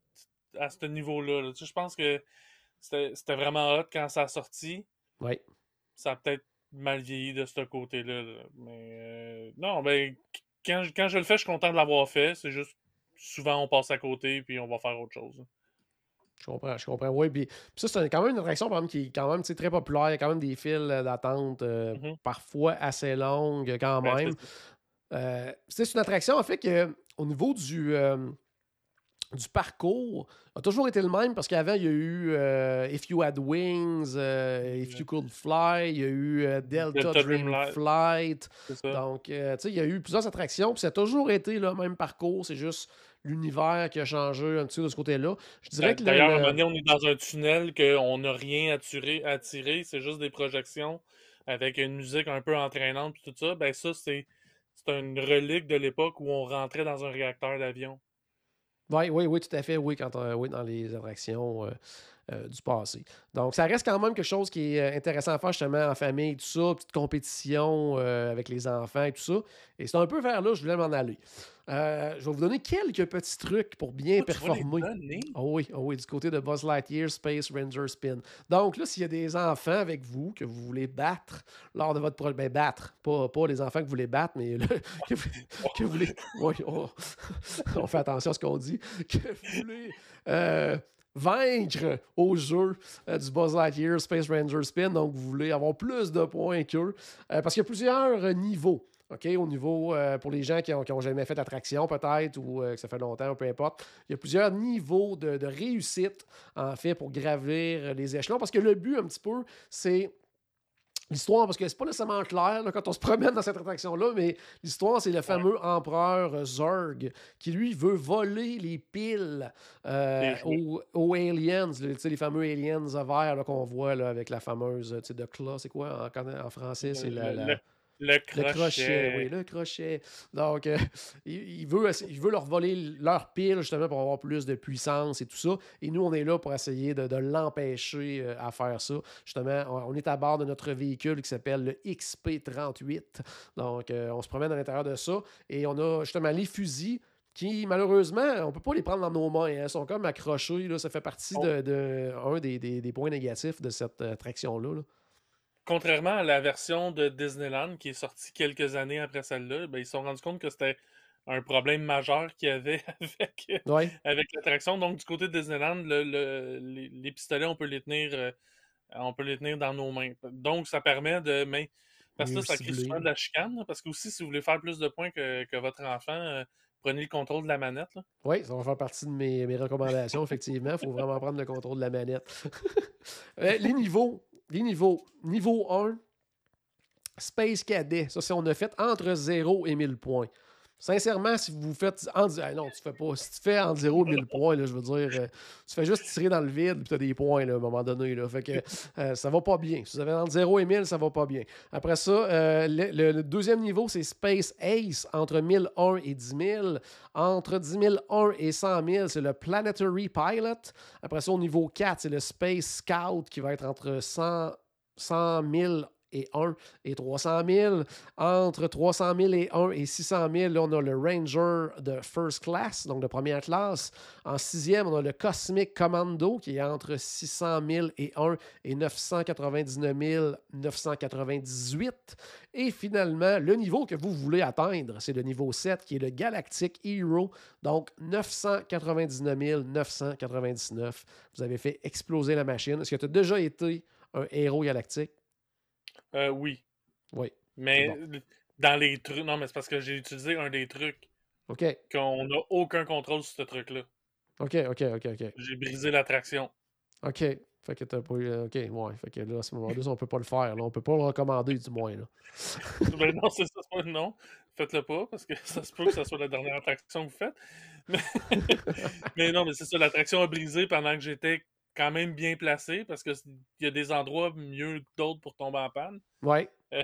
à ce niveau-là, là, je pense que c'était, c'était vraiment hot quand ça a sorti. Oui. Ça a peut-être mal vieilli de ce côté-là. Là. Mais euh, non, ben quand, quand je le fais, je suis content de l'avoir fait. C'est juste souvent on passe à côté puis on va faire autre chose. Je comprends, je comprends. Oui, puis, puis ça, c'est un- quand même une attraction par exemple, qui est quand même tu sais, très populaire. Il y a quand même des files euh, d'attente, euh, Mhm. parfois assez longues quand Ben, c'est même. ça. Euh, c'est une attraction, en fait, que au niveau du, euh, du parcours a toujours été le même parce qu'avant, il y a eu euh, If You Had Wings, euh, If You Could Fly, il y a eu euh, Delta Delta Dream Dreamlight, Flight. c'est ça. Donc, euh, tu sais, il y a eu plusieurs attractions, puis ça a toujours été le même parcours. C'est juste l'univers qui a changé un petit peu de ce côté-là. Je dirais D'a- que le, D'ailleurs, à un moment le- donné, on est dans un tunnel qu'on n'a rien à tirer, à tirer, c'est juste des projections avec une musique un peu entraînante puis tout ça. Ben ça, c'est c'est une relique de l'époque où on rentrait dans un réacteur d'avion. Oui, oui, oui, tout à fait, oui, quand, euh, oui, dans les attractions euh, euh, du passé. Donc, ça reste quand même quelque chose qui est euh, intéressant à faire justement en famille, tout ça, petite compétition euh, avec les enfants et tout ça. Et c'est un peu vers là que je voulais m'en aller. Euh, je vais vous donner quelques petits trucs pour bien Oh, tu vas les performer. donner? Oh oui, oh oui, du côté de Buzz Lightyear Space Ranger Spin. Donc là, s'il y a des enfants avec vous que vous voulez battre lors de votre projet, ben battre, pas, pas les enfants que vous voulez battre, mais le- que, vous, que vous voulez. Oui, on, on fait attention à ce qu'on dit. Que vous voulez euh, vaincre au jeu euh, du Buzz Lightyear Space Ranger Spin. Donc, vous voulez avoir plus de points qu'eux. Euh, parce qu'il y a plusieurs euh, niveaux. OK, au niveau, euh, pour les gens qui n'ont jamais fait d'attraction peut-être ou euh, que ça fait longtemps, peu importe, il y a plusieurs niveaux de, de réussite, en fait, pour gravir les échelons. Parce que le but, un petit peu, c'est l'histoire, parce que c'est pas nécessairement clair là, quand on se promène dans cette attraction-là, mais l'histoire, c'est le fameux empereur euh, Zurg qui, lui, veut voler les piles euh, Les jouets. aux, aux aliens, là, tu sais, les fameux aliens verts là, qu'on voit là, avec la fameuse, tu sais, de Claw, c'est quoi en, en français? C'est la... Le, la- le- le le crochet, oui, crochet. le crochet. Donc, euh, il, il veut, essa- il veut leur voler leur pile justement pour avoir plus de puissance et tout ça. Et nous, on est là pour essayer de, de l'empêcher euh, à faire ça. Justement, on, on est à bord de notre véhicule qui s'appelle le X P trente-huit. Donc, euh, on se promène à l'intérieur de ça et on a justement les fusils qui, malheureusement, on ne peut pas les prendre dans nos mains. Hein. Ils sont comme accrochés. Là. Ça fait partie On- de, de- un des, des- des points négatifs de cette euh, attraction-là. là. Contrairement à la version de Disneyland qui est sortie quelques années après celle-là, ben, ils se sont rendus compte que c'était un problème majeur qu'il y avait avec, Ouais. avec l'attraction. Donc, du côté de Disneyland, le- le- les, les pistolets, on peut les tenir, euh, on peut les tenir dans nos mains. Donc, ça permet de. Mais, parce que Mieux là, ça crée ciblé. souvent de la chicane. là, Parce que aussi, si vous voulez faire plus de points que, que votre enfant, euh, prenez le contrôle de la manette. là. Oui, ça va faire partie de mes, mes recommandations, effectivement. Il faut vraiment prendre le contrôle de la manette. Euh, les niveaux. Les niveaux. Niveau un, Space Cadet. Ça, c'est on a fait entre zéro et mille points. Sincèrement, si vous faites. En, ah non, tu fais pas. Si tu fais entre zéro et mille points, là, je veux dire, euh, tu fais juste tirer dans le vide et tu as des points là, à un moment donné. Là, fait que euh, ça va pas bien. Si vous avez entre zéro et mille, ça va pas bien. Après ça, euh, le, le- le deuxième niveau, c'est Space Ace, entre mille un et dix mille. Entre dix mille un et cent mille, c'est le Planetary Pilot. Après ça, au niveau quatre, c'est le Space Scout qui va être entre cent, cent mille et un et trois cent mille. Entre trois cent mille et un et six cent mille, là, on a le Ranger de First Class, donc de première classe. En sixième, on a le Cosmic Commando qui est entre six cent mille et un et neuf cent quatre-vingt-dix-neuf mille neuf cent quatre-vingt-dix-huit. Et finalement, le niveau que vous voulez atteindre, c'est le niveau sept qui est le Galactic Hero, donc neuf cent quatre-vingt-dix-neuf mille neuf cent quatre-vingt-dix-neuf. Vous avez fait exploser la machine. Est-ce que tu as déjà été un héros galactique? Euh, oui. Oui. Mais bon. dans les trucs. Non, mais c'est parce que j'ai utilisé un des trucs OK. qu'on n'a aucun contrôle sur ce truc-là. OK, OK, OK, OK. J'ai brisé l'attraction. OK. Fait que t'as pas eu. OK, ouais. Fait que là, à ce moment-là, on peut pas le faire. Là. On peut pas le recommander, du moins. Là. Ben non, c'est ça, c'est pas non. Faites-le pas, parce que ça se peut que ce soit la dernière attraction que vous faites. Mais, mais non, mais c'est ça, l'attraction a brisé pendant que j'étais quand même bien placé, parce qu'il y a des endroits mieux que d'autres pour tomber en panne. Ouais. Euh,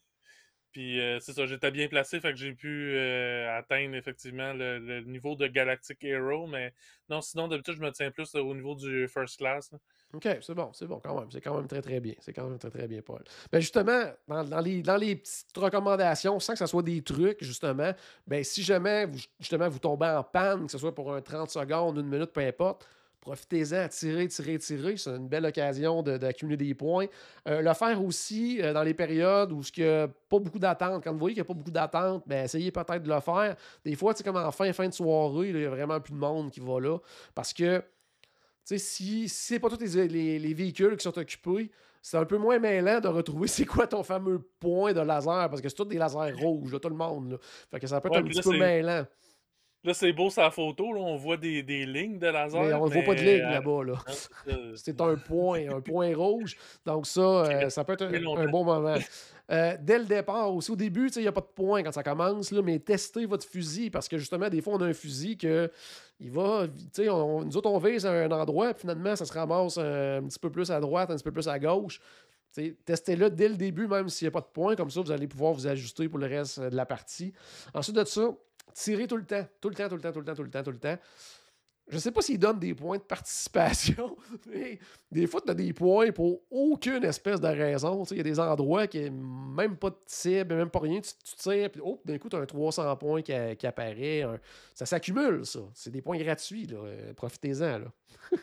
Puis euh, c'est ça, j'étais bien placé, fait que j'ai pu euh, atteindre effectivement le, le niveau de Galactic Hero, mais non, sinon d'habitude je me tiens plus euh, au niveau du First Class. là. OK, c'est bon, c'est bon quand même. C'est quand même très, très bien. C'est quand même très, très bien, Paul. Ben justement, dans, dans les, dans les petites recommandations, sans que ce soit des trucs, justement, ben si jamais vous, justement vous tombez en panne, que ce soit pour un trente secondes, une minute, peu importe, profitez-en, tirez, tirez, tirez. C'est une belle occasion de- d'accumuler des points. Euh, le faire aussi euh, dans les périodes où il n'y a pas beaucoup d'attente. Quand vous voyez qu'il n'y a pas beaucoup d'attente, ben, essayez peut-être de le faire. Des fois, c'est comme en fin, fin de soirée, là, il n'y a vraiment plus de monde qui va là. Parce que sais, si, si c'est pas tous les, les, les véhicules qui sont occupés, c'est un peu moins mêlant de retrouver c'est quoi ton fameux point de laser, parce que c'est tous des lasers rouges, là, tout le monde. Là. Fait que ça peut être Ouais, un puis petit là, peu c'est mêlant. là, c'est beau sa photo, là, on voit des, des lignes de Mais laser, on ne voit pas de mais ligne euh, là-bas. Là. non, c'est ça. C'est un point, un point rouge. Donc ça, euh, ça peut être Mais un, longtemps. un bon moment. Euh, dès le départ, aussi au début, il n'y a pas de point quand ça commence, là, mais testez votre fusil, parce que justement, des fois, on a un fusil que il va, on, on, nous autres, on vise à un endroit, puis finalement, ça se ramasse un, un petit peu plus à droite, un petit peu plus à gauche. T'sais, testez-le dès le début, même s'il n'y a pas de point, comme ça, vous allez pouvoir vous ajuster pour le reste de la partie. Ensuite de ça, tirez tout le temps, tout le temps, tout le temps, tout le temps, tout le temps, tout le temps. Je ne sais pas s'ils donnent des points de participation, mais des fois, tu as des points pour aucune espèce de raison. Il y a des endroits qui n'ont même pas de cible, même pas rien. Tu, tu tires, puis oh, d'un coup, tu as un trois cents points qui, qui apparaît. Un... Ça s'accumule, ça. C'est des points gratuits. Là. Euh, profitez-en. Là.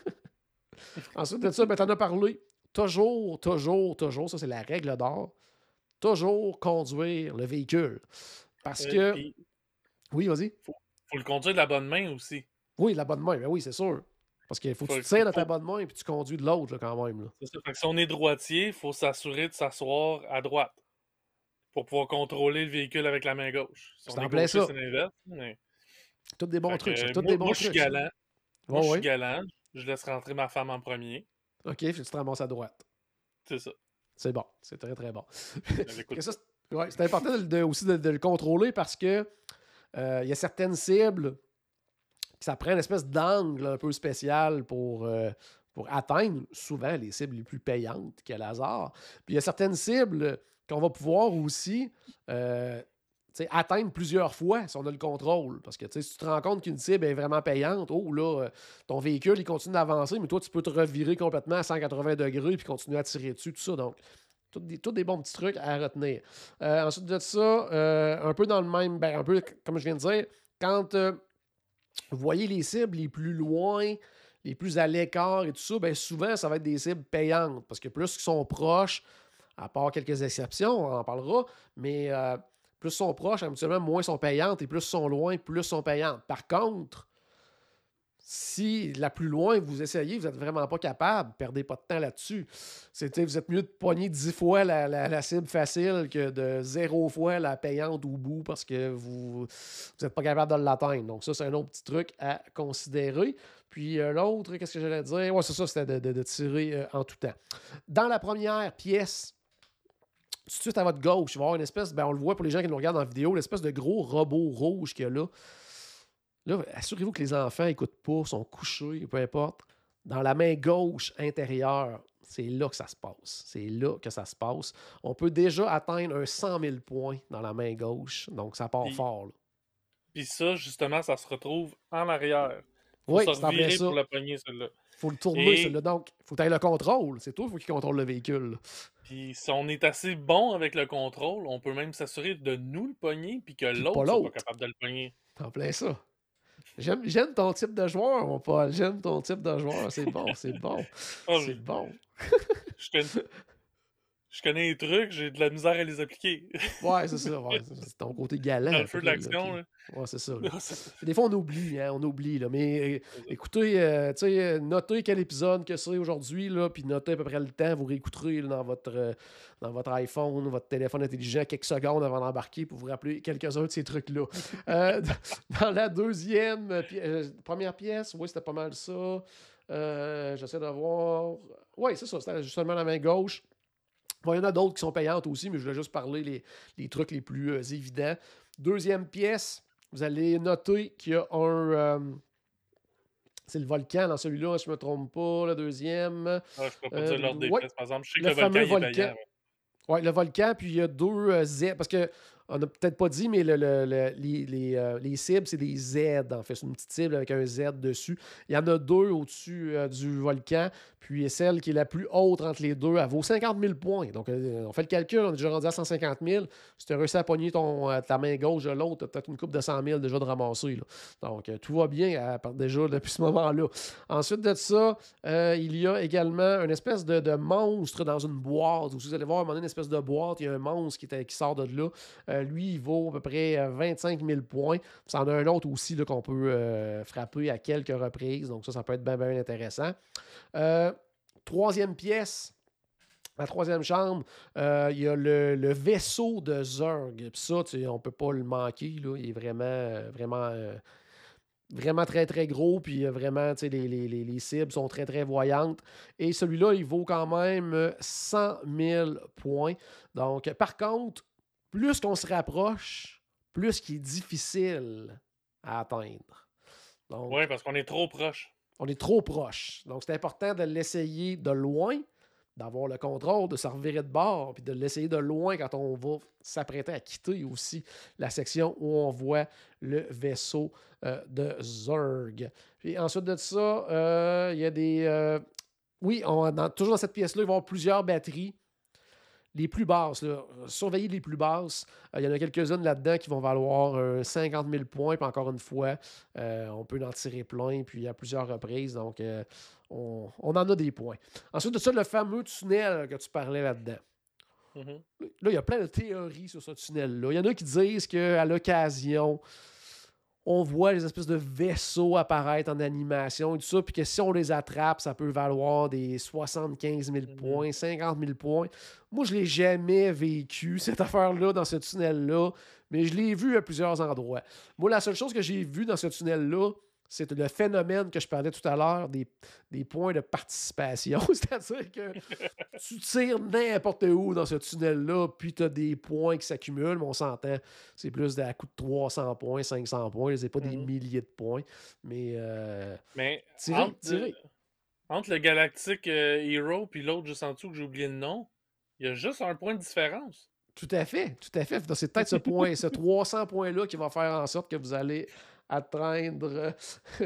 Ensuite de ça, ben, tu en as parlé. Toujours, toujours, toujours, ça c'est la règle d'or, toujours conduire le véhicule. Parce Euh, que... puis, Oui, vas-y. faut, faut le conduire de la bonne main aussi. Oui, la bonne main, ben oui, c'est sûr. Parce qu'il faut que Faut- tu tires de faut- ta bonne main et puis tu conduis de l'autre là, quand même. Là. C'est ça. Fait que si on est droitier, il faut s'assurer de s'asseoir à droite pour pouvoir contrôler le véhicule avec la main gauche. Si C'est on en est plein gaucher, ça. c'est l'inverse. Mais... Tous des bons Fait trucs, que, ça. euh, Tous moi, des bons moi, je suis trucs. ça. galant. Ouais, Moi, je ouais. suis galant. Je laisse rentrer ma femme en premier. OK, puis tu te ramasses à droite. C'est ça. C'est bon. C'est très, très bon. Elle écoute. Que ça, c'est ouais, c'est important de, de- aussi de, de le contrôler parce que euh, il y a certaines cibles qui ça prend une espèce d'angle un peu spécial pour, euh, pour atteindre souvent les cibles les plus payantes qu'il y a l'hasard. Puis il y a certaines cibles qu'on va pouvoir aussi euh, tu sais, atteindre plusieurs fois si on a le contrôle. Parce que tu sais, si tu te rends compte qu'une cible est vraiment payante, oh là, euh, ton véhicule il continue d'avancer, mais toi tu peux te revirer complètement à cent quatre-vingts degrés puis continuer à tirer dessus, tout ça. Donc, tous des, tous des bons petits trucs à retenir. Euh, ensuite de ça, euh, un peu dans le même, ben, un peu comme je viens de dire, quand euh, vous voyez les cibles les plus loin, les plus à l'écart et tout ça, ben souvent, ça va être des cibles payantes. Parce que plus ils sont proches, à part quelques exceptions, on en parlera, mais euh, plus ils sont proches, habituellement, moins sont payantes, et plus ils sont loin, plus sont payantes. Par contre, si la plus loin vous essayez, vous n'êtes vraiment pas capable, perdez pas de temps là-dessus. C'est, vous êtes mieux de pogner dix fois la, la, la cible facile que de zéro fois la payante au bout parce que vous n'êtes pas capable de l'atteindre. Donc ça, c'est un autre petit truc à considérer. Puis euh, l'autre, qu'est-ce que j'allais dire? Ouais, c'est ça, c'était de, de, de tirer euh, en tout temps. Dans la première pièce, tout de suite à votre gauche, il va y avoir une espèce, ben on le voit pour les gens qui nous regardent en vidéo, l'espèce de gros robot rouge qu'il y a là. Là, assurez-vous que les enfants n'écoutent pas, sont couchés, peu importe. Dans la main gauche intérieure, c'est là que ça se passe. C'est là que ça se passe. On peut déjà atteindre un cent mille points dans la main gauche. Donc, ça part Puis, fort. Là. Puis ça, justement, ça se retrouve en arrière. Faut Oui, se c'est en plein revirer ça. pour le pogner, celui-là. Il faut le tourner, Et- celui-là. Donc, il faut que tu aies le contrôle. C'est toi, il faut qu'il contrôle le véhicule. là. Puis si on est assez bon avec le contrôle, on peut même s'assurer de nous le pogner, puis que Puis l'autre pas soit l'autre. pas capable de le pogner. En plein ça. J'aime, j'aime ton type de joueur, mon Paul. J'aime ton type de joueur. C'est bon, c'est bon. Oh, C'est je- bon. Je connais... je connais les trucs, j'ai de la misère à les appliquer. Ouais, c'est ça. Ouais, c'est ton côté galant. Dans un le feu peu, de l'action, là, là. puis- Ouais, c'est ça. là. Non, c'est- Des fois, on oublie, hein, on oublie, là. Mais euh, écoutez, euh, tu sais, notez quel épisode que c'est aujourd'hui, là, puis notez à peu près le temps. Vous réécouterez là, dans, votre, euh, dans votre iPhone, votre téléphone intelligent, quelques secondes avant d'embarquer pour vous rappeler quelques-uns de ces trucs-là. Euh, dans la deuxième, pi- euh, première pièce, oui, c'était pas mal ça. Euh, J'essaie de voir. Oui, c'est ça, c'était justement la main gauche. Bon, il y en a d'autres qui sont payantes aussi, mais je voulais juste parler les, les trucs les plus euh, évidents. Deuxième pièce, vous allez noter qu'il y a un... euh, c'est le volcan dans celui-là, si je ne me trompe pas, le deuxième. Ah, je peux pas Euh, dire l'ordre des ouais, pièces, par exemple. Je sais que le le volcan, fameux il est volcan. payant. Oui, le volcan, puis il y a deux euh, Z. Parce que on n'a peut-être pas dit, mais le, le- le- les, les, euh, les cibles, c'est des Z, en fait. C'est une petite cible avec un Z dessus. Il y en a deux au-dessus euh, du volcan. Puis celle qui est la plus haute entre les deux, elle vaut cinquante mille points. Donc, euh, on fait le calcul, on est déjà rendu à cent cinquante mille. Si tu as réussi à pogner ton, euh, ta main gauche de l'autre, tu as peut-être une coupe de cent mille déjà de ramasser. Là. Donc, euh, tout va bien à, part- déjà depuis ce moment-là. Ensuite de ça, euh, il y a également une espèce de, de monstre dans une boîte. Vous allez voir, à un moment donné, une espèce de boîte, il y a un monstre qui, était- qui sort de là. Euh, Euh, lui, il vaut à peu près euh, vingt-cinq mille points. Ça en a un autre aussi là, qu'on peut euh, frapper à quelques reprises. Donc ça, ça peut être bien, bien intéressant. Euh, troisième pièce. La troisième chambre, euh, il y a le, le vaisseau de Zurg. Puis ça, tu sais, on ne peut pas le manquer. Là. Il est vraiment, euh, vraiment, euh, vraiment très, très gros. Puis euh, vraiment, tu sais, les, les, les, les cibles sont très, très voyantes. Et celui-là, il vaut quand même cent mille points. Donc, par contre, plus qu'on se rapproche, plus qu'il est difficile à atteindre. Oui, parce qu'on est trop proche. On est trop proche. Donc, c'est important de l'essayer de loin, d'avoir le contrôle, de se revirer de bord, puis de l'essayer de loin quand on va s'apprêter à quitter aussi la section où on voit le vaisseau euh, de Zurg. Puis ensuite de ça, euh, il y a des... Euh, oui, on, dans, toujours dans cette pièce-là, il va y avoir plusieurs batteries. Les plus basses, là, surveillez les plus basses. Euh, il y en a quelques-unes là-dedans qui vont valoir euh, cinquante mille points. Puis encore une fois, euh, on peut en tirer plein, puis à plusieurs reprises. Donc, euh, on, on en a des points. Ensuite de ça, le fameux tunnel que tu parlais là-dedans. Mm-hmm. Là, il y a plein de théories sur ce tunnel-là. Il y en a qui disent qu'à l'occasion, on voit les espèces de vaisseaux apparaître en animation et tout ça, puis que si on les attrape, ça peut valoir des soixante-quinze mille points, cinquante mille points. Moi, je ne l'ai jamais vécu, cette affaire-là, dans ce tunnel-là, mais je l'ai vu à plusieurs endroits. Moi, la seule chose que j'ai vue dans ce tunnel-là, c'est le phénomène que je parlais tout à l'heure des, des points de participation. C'est-à-dire que tu tires n'importe où dans ce tunnel-là, puis tu as des points qui s'accumulent, mais on s'entend, c'est plus à coup de trois cents points, cinq cents points, c'est pas mm-hmm. des milliers de points. Mais, euh, mais tirer, entre, tirer. Le, entre le Galactic euh, Hero puis l'autre juste en dessous que j'ai oublié le nom, il y a juste un point de différence. Tout à fait, tout à fait. Donc, c'est peut-être ce point, ce trois cents points-là qui va faire en sorte que vous allez atteindre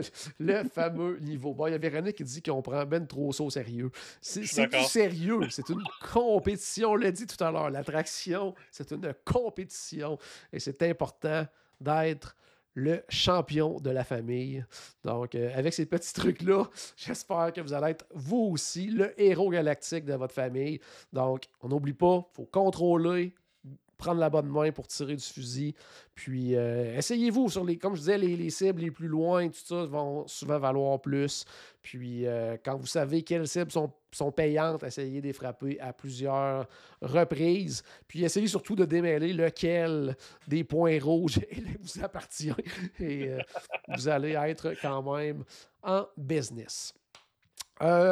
le fameux niveau. Bon, il y a Véronique qui dit qu'on prend ben trop ça au sérieux. C'est, c'est du sérieux. C'est une compétition. On l'a dit tout à l'heure. L'attraction, c'est une compétition. Et c'est important d'être le champion de la famille. Donc, euh, avec ces petits trucs-là, j'espère que vous allez être, vous aussi, le héros galactique de votre famille. Donc, on n'oublie pas, il faut contrôler, prendre la bonne main pour tirer du fusil. Puis, euh, essayez-vous sur les, comme je disais, les, les cibles les plus loin, tout ça, vont souvent valoir plus. Puis, euh, quand vous savez quelles cibles sont, sont payantes, essayez de les frapper à plusieurs reprises. Puis, essayez surtout de démêler lequel des points rouges vous appartient. Et euh, vous allez être quand même en business. Euh,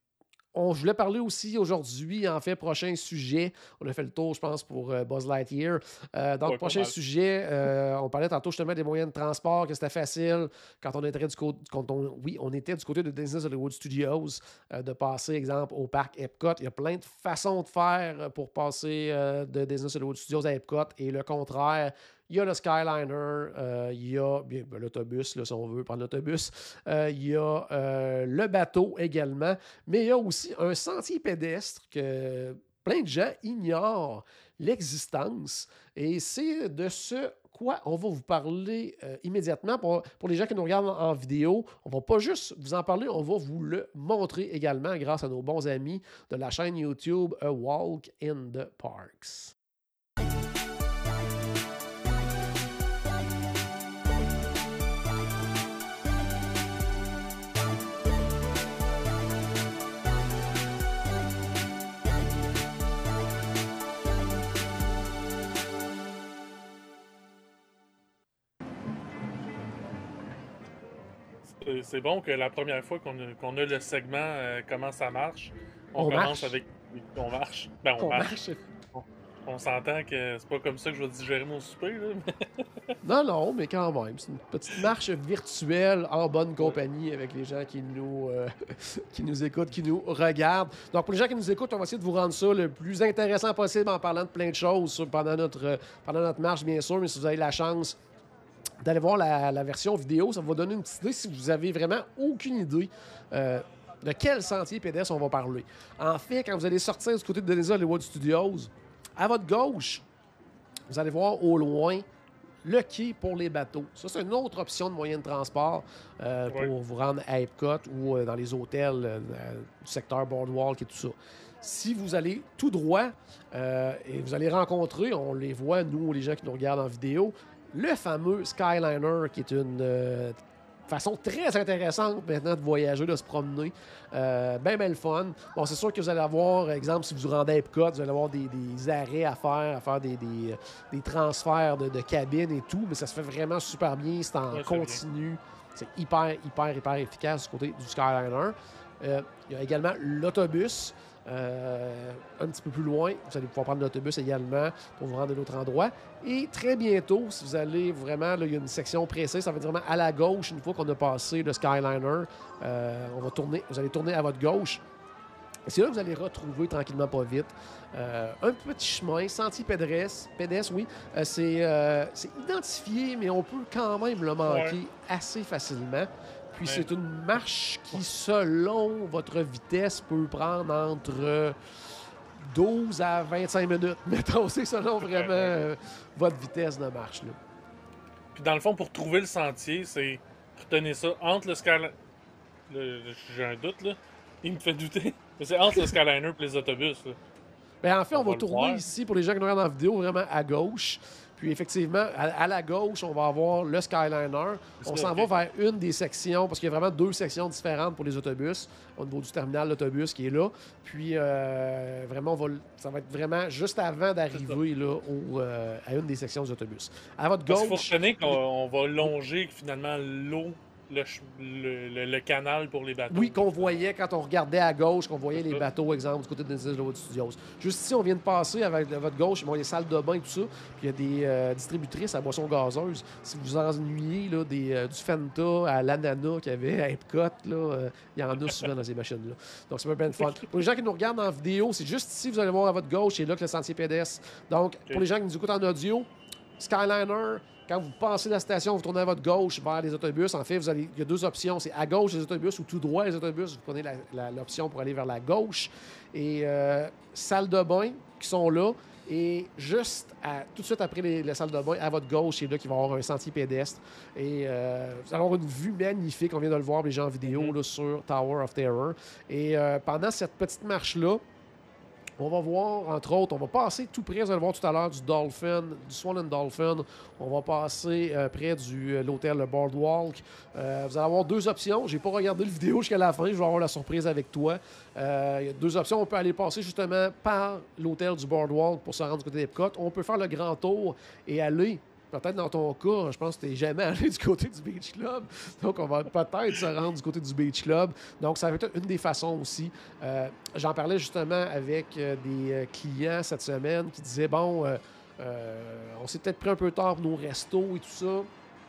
On, je voulais parler aussi aujourd'hui, en fait, prochain sujet. On a fait le tour, je pense, pour euh, Buzz Lightyear. Euh, donc, ouais, prochain sujet, euh, on parlait tantôt justement des moyens de transport, que c'était facile quand on était du côté, quand on, oui, on était du côté de Disney Hollywood Studios, euh, de passer, exemple, au parc Epcot. Il y a plein de façons de faire pour passer euh, de Disney Hollywood Studios à Epcot et le contraire. Il y a le Skyliner, euh, il y a bien, ben, l'autobus, là, si on veut prendre l'autobus. Euh, il y a euh, le bateau également. Mais il y a aussi un sentier pédestre que plein de gens ignorent l'existence. Et c'est de ce quoi on va vous parler euh, immédiatement. Pour, pour les gens qui nous regardent en, en vidéo, on ne va pas juste vous en parler, on va vous le montrer également grâce à nos bons amis de la chaîne YouTube A Walk in the Parks. C'est bon que la première fois qu'on a, qu'on a le segment euh, comment ça marche, on, on commence marche. avec on marche. Ben on, on marche. marche. On, on s'entend que c'est pas comme ça que je vais digérer mon souper là. non non, mais quand même, c'est une petite marche virtuelle en bonne compagnie avec les gens qui nous euh, qui nous écoutent, qui nous regardent. Donc pour les gens qui nous écoutent, on va essayer de vous rendre ça le plus intéressant possible en parlant de plein de choses pendant notre pendant notre marche bien sûr, mais si vous avez la chance d'aller voir la, la version vidéo, ça va vous donner une petite idée si vous avez vraiment aucune idée euh, de quel sentier pédestre on va parler. En fait, quand vous allez sortir du côté de Disney Hollywood Studios, à votre gauche, vous allez voir au loin le quai pour les bateaux. Ça, c'est une autre option de moyen de transport euh, Ouais. pour vous rendre à Epcot ou euh, dans les hôtels euh, du secteur Boardwalk et tout ça. Si vous allez tout droit euh, et vous allez rencontrer, on les voit, nous, les gens qui nous regardent en vidéo, le fameux Skyliner qui est une euh, façon très intéressante maintenant de voyager, de se promener. Euh, ben, ben le fun. Bon, c'est sûr que vous allez avoir, exemple, si vous vous rendez à Epcot, vous allez avoir des, des arrêts à faire, à faire des, des, des transferts de, de cabines et tout, mais ça se fait vraiment super bien. C'est en Ouais, c'est continu. C'est hyper, hyper, hyper efficace du côté du Skyliner. Euh, il y a également l'autobus. Euh, un petit peu plus loin, vous allez pouvoir prendre l'autobus également pour vous rendre à l'autre endroit. Et très bientôt, si vous allez vraiment, là, il y a une section précise, ça va être vraiment à la gauche, une fois qu'on a passé le Skyliner, euh, on va tourner, vous allez tourner à votre gauche. Et c'est là que vous allez retrouver tranquillement pas vite euh, un petit chemin, sentier pédestre, pédestre oui. Euh, c'est, euh, c'est identifié, mais on peut quand même le manquer Ouais. assez facilement. Puis Ouais. c'est une marche qui, selon votre vitesse, peut prendre entre douze à vingt-cinq minutes. Mettons, c'est selon vraiment euh, votre vitesse de marche. Là. Puis dans le fond, pour trouver le sentier, c'est retenez ça entre le Skyliner. J'ai un doute là. Il me fait douter. Mais c'est entre le Skyliner et les autobus. Là. Ben, en fait, on, On va va le tourner voir. ici, pour les gens qui nous regardent en vidéo, vraiment à gauche. Puis effectivement, à, à la gauche, on va avoir le Skyliner. On ça, s'en ok. va vers une des sections, parce qu'il y a vraiment deux sections différentes pour les autobus, au niveau du terminal d'autobus qui est là. Puis euh, vraiment, on va, le- ça va être vraiment juste avant d'arriver là, au, euh, à une des sections des autobus. À votre Parce qu'il faut gauche, retenir qu'on on va longer finalement l'eau, le, ch- le, le- le canal pour les bateaux. oui, qu'on voyait quand on regardait à gauche, qu'on voyait C'est les ça. bateaux, exemple, du côté des Hollywood Studios. Juste ici, on vient de passer avec à votre gauche, bon, il y a des salles de bain et tout ça, puis il y a des euh, distributrices à boissons gazeuses. Si vous vous ennuyez là, des, euh, du Fanta à l'ananas qu'il y avait à Epcot, là, euh, il y en a souvent dans ces machines-là. Donc, c'est bien fun. Pour les gens qui nous regardent en vidéo, c'est juste ici, vous allez voir à votre gauche, c'est là que le sentier pédestre. Donc, pour les gens qui nous écoutent en audio, Skyliner, quand vous passez la station, vous tournez à votre gauche vers les autobus. En fait, vous allez, il y a deux options. C'est à gauche les autobus ou tout droit les autobus. Vous prenez la- la- l'option pour aller vers la gauche. Et euh, salles de bain qui sont là. Et juste à- tout de suite après les, les salles de bain, à votre gauche, c'est là qu'il va y avoir un sentier pédestre. Et euh, vous allez avoir une vue magnifique. On vient de le voir, les gens en vidéo, Mhm. là, sur Tower of Terror. Et euh, pendant cette petite marche-là, on va voir, entre autres, on va passer tout près, vous allez le voir tout à l'heure, du Dolphin, du Swan and Dolphin. On va passer euh, près de euh, l'hôtel le Boardwalk. Euh, vous allez avoir deux options. J'ai pas regardé le vidéo jusqu'à la fin. Je vais avoir la surprise avec toi. Euh, il y a deux options. On peut aller passer justement par l'hôtel du Boardwalk pour se rendre du côté d'Epcot. On peut faire le grand tour et aller. Peut-être dans ton cas, je pense que tu n'es jamais allé du côté du Beach Club. Donc, on va peut-être se rendre du côté du Beach Club. Donc, ça va être une des façons aussi. Euh, j'en parlais justement avec euh, des euh, clients cette semaine qui disaient, bon, euh, euh, on s'est peut-être pris un peu tard pour nos restos et tout ça.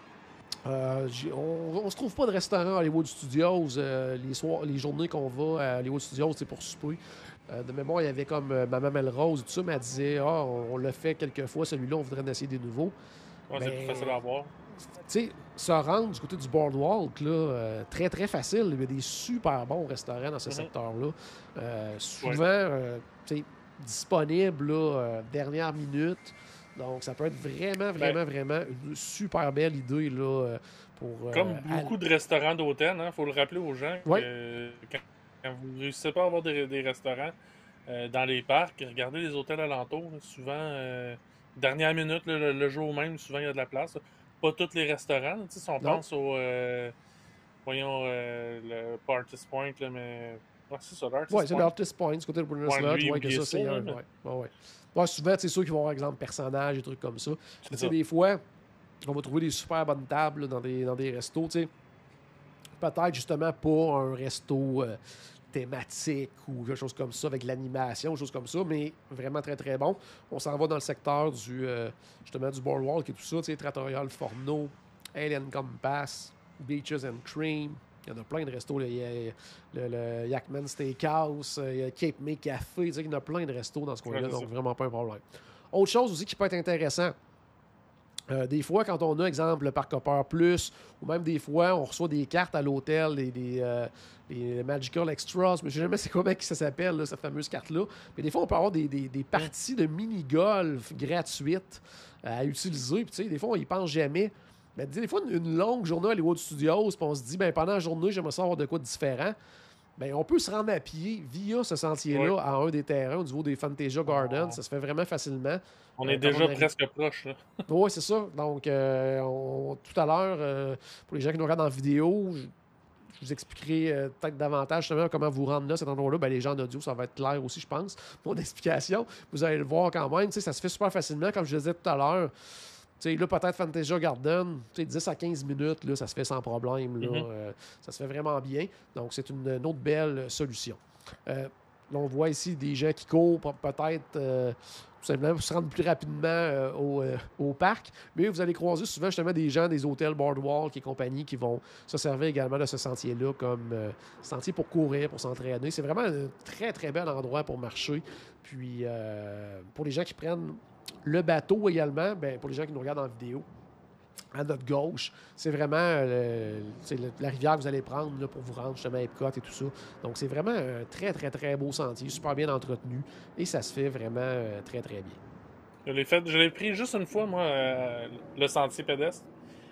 Euh, j'ai- on ne se trouve pas de restaurant à Hollywood Studios euh, les, soirs, les journées qu'on va à Hollywood Studios, c'est pour souper. Euh, de mémoire, il y avait comme euh, Maman Melrose et tout ça, mais elle disait ah, on, on l'a fait quelques fois, celui-là, on voudrait en essayer des nouveaux. Ouais, c'est Mais- plus facile à voir. Tu sais, se rendre du côté du Boardwalk, là, euh, très très facile. Il y a des super bons restaurants dans ce Mhm. secteur-là. Euh, souvent, euh, tu sais, disponibles là, euh, dernière minute. Donc, ça peut être vraiment, vraiment, vraiment une super belle idée là, euh, pour. euh, Comme aller- beaucoup de restaurants d'hôtel, il faut le rappeler aux gens que Ouais. euh, quand, quand vous ne réussissez pas à avoir des, des restaurants euh, dans les parcs, regardez les hôtels alentours. là. Souvent, euh, dernière minute, là, le, le jour même, souvent il y a de la place. là. Pas tous les restaurants. là, tu sais, Si on Non. pense au. euh, voyons, euh, le Artist Point, là, mais. Ouais, c'est ça, l'Artist Ouais, c'est Point. l'artist point, du côté de Brunner Ouais, Slot. lui, Ouais, que oubliez ça, c'est ça, un. là, mais- Ouais, ouais, ouais. Ouais, souvent, c'est sûr qu'ils vont avoir, exemple, personnages et trucs comme ça. C'est Tu sais, ça. des fois, on va trouver des super bonnes tables là, dans, des, dans des restos, tu sais. Peut-être justement pas un resto euh, thématique ou quelque chose comme ça, avec de l'animation, quelque chose comme ça, mais vraiment très très bon. On s'en va dans le secteur du euh, justement du Boardwalk et tout ça, tu sais, Trattoria Le Forno, Alien Compass, Beaches and Cream. Il y en a plein de restos. Là. Il y a le, le Yakman Steakhouse, euh, il y a Cape May Café. Tu sais, il y en a plein de restos dans ce coin-là, Ouais, c'est donc ça. vraiment pas un problème. Autre chose aussi qui peut être intéressant, Euh, des fois, quand on a, exemple, le Parc Hopper Plus, ou même des fois, on reçoit des cartes à l'hôtel, des, des, euh, des Magical Extras, mais je ne sais jamais c'est comment ça s'appelle, là, cette fameuse carte-là. Mais des fois, on peut avoir des, des, des parties de mini-golf gratuites euh, à utiliser. Puis, tu sais, des fois, on y pense jamais. Mais des fois, une, une longue journée à Hollywood Studios, puis on se dit, ben pendant la journée, j'aimerais savoir de quoi de différent. Ben, on peut se rendre à pied via ce sentier-là Ouais. à un des terrains au niveau des Fantasia Gardens. Ça se fait vraiment facilement. On Euh, est quand déjà on arrive- presque proche. Là. Oui, c'est ça. Donc, euh, on- tout à l'heure, euh, pour les gens qui nous regardent en vidéo, je, je vous expliquerai euh, peut-être davantage justement comment vous rendre là, cet endroit-là. Ben, les gens en audio, ça va être clair aussi, je pense. Mon explication, vous allez le voir quand même. Tu sais, ça se fait super facilement, comme je le disais tout à l'heure. Tu sais, là, peut-être Fantasia Garden, tu sais, dix à quinze minutes, là, ça se fait sans problème. Là. Mhm. Euh, ça se fait vraiment bien. Donc, c'est une, une autre belle euh, solution. Euh, là, on voit ici des gens qui courent pour peut-être euh, tout simplement pour se rendre plus rapidement euh, au, euh, au parc. Mais vous allez croiser souvent justement des gens des hôtels Boardwalk et compagnie qui vont se servir également de ce sentier-là comme euh, sentier pour courir, pour s'entraîner. C'est vraiment un très, très bel endroit pour marcher. Puis, euh, pour les gens qui prennent le bateau également, ben, pour les gens qui nous regardent en vidéo, à notre gauche, c'est vraiment euh, c'est le- la rivière que vous allez prendre là, pour vous rendre justement à Epcot et tout ça. Donc, c'est vraiment un très, très, très beau sentier, super bien entretenu et ça se fait vraiment euh, très, très bien. Je l'ai fait, je l'ai pris juste une fois, moi, euh, le sentier pédestre.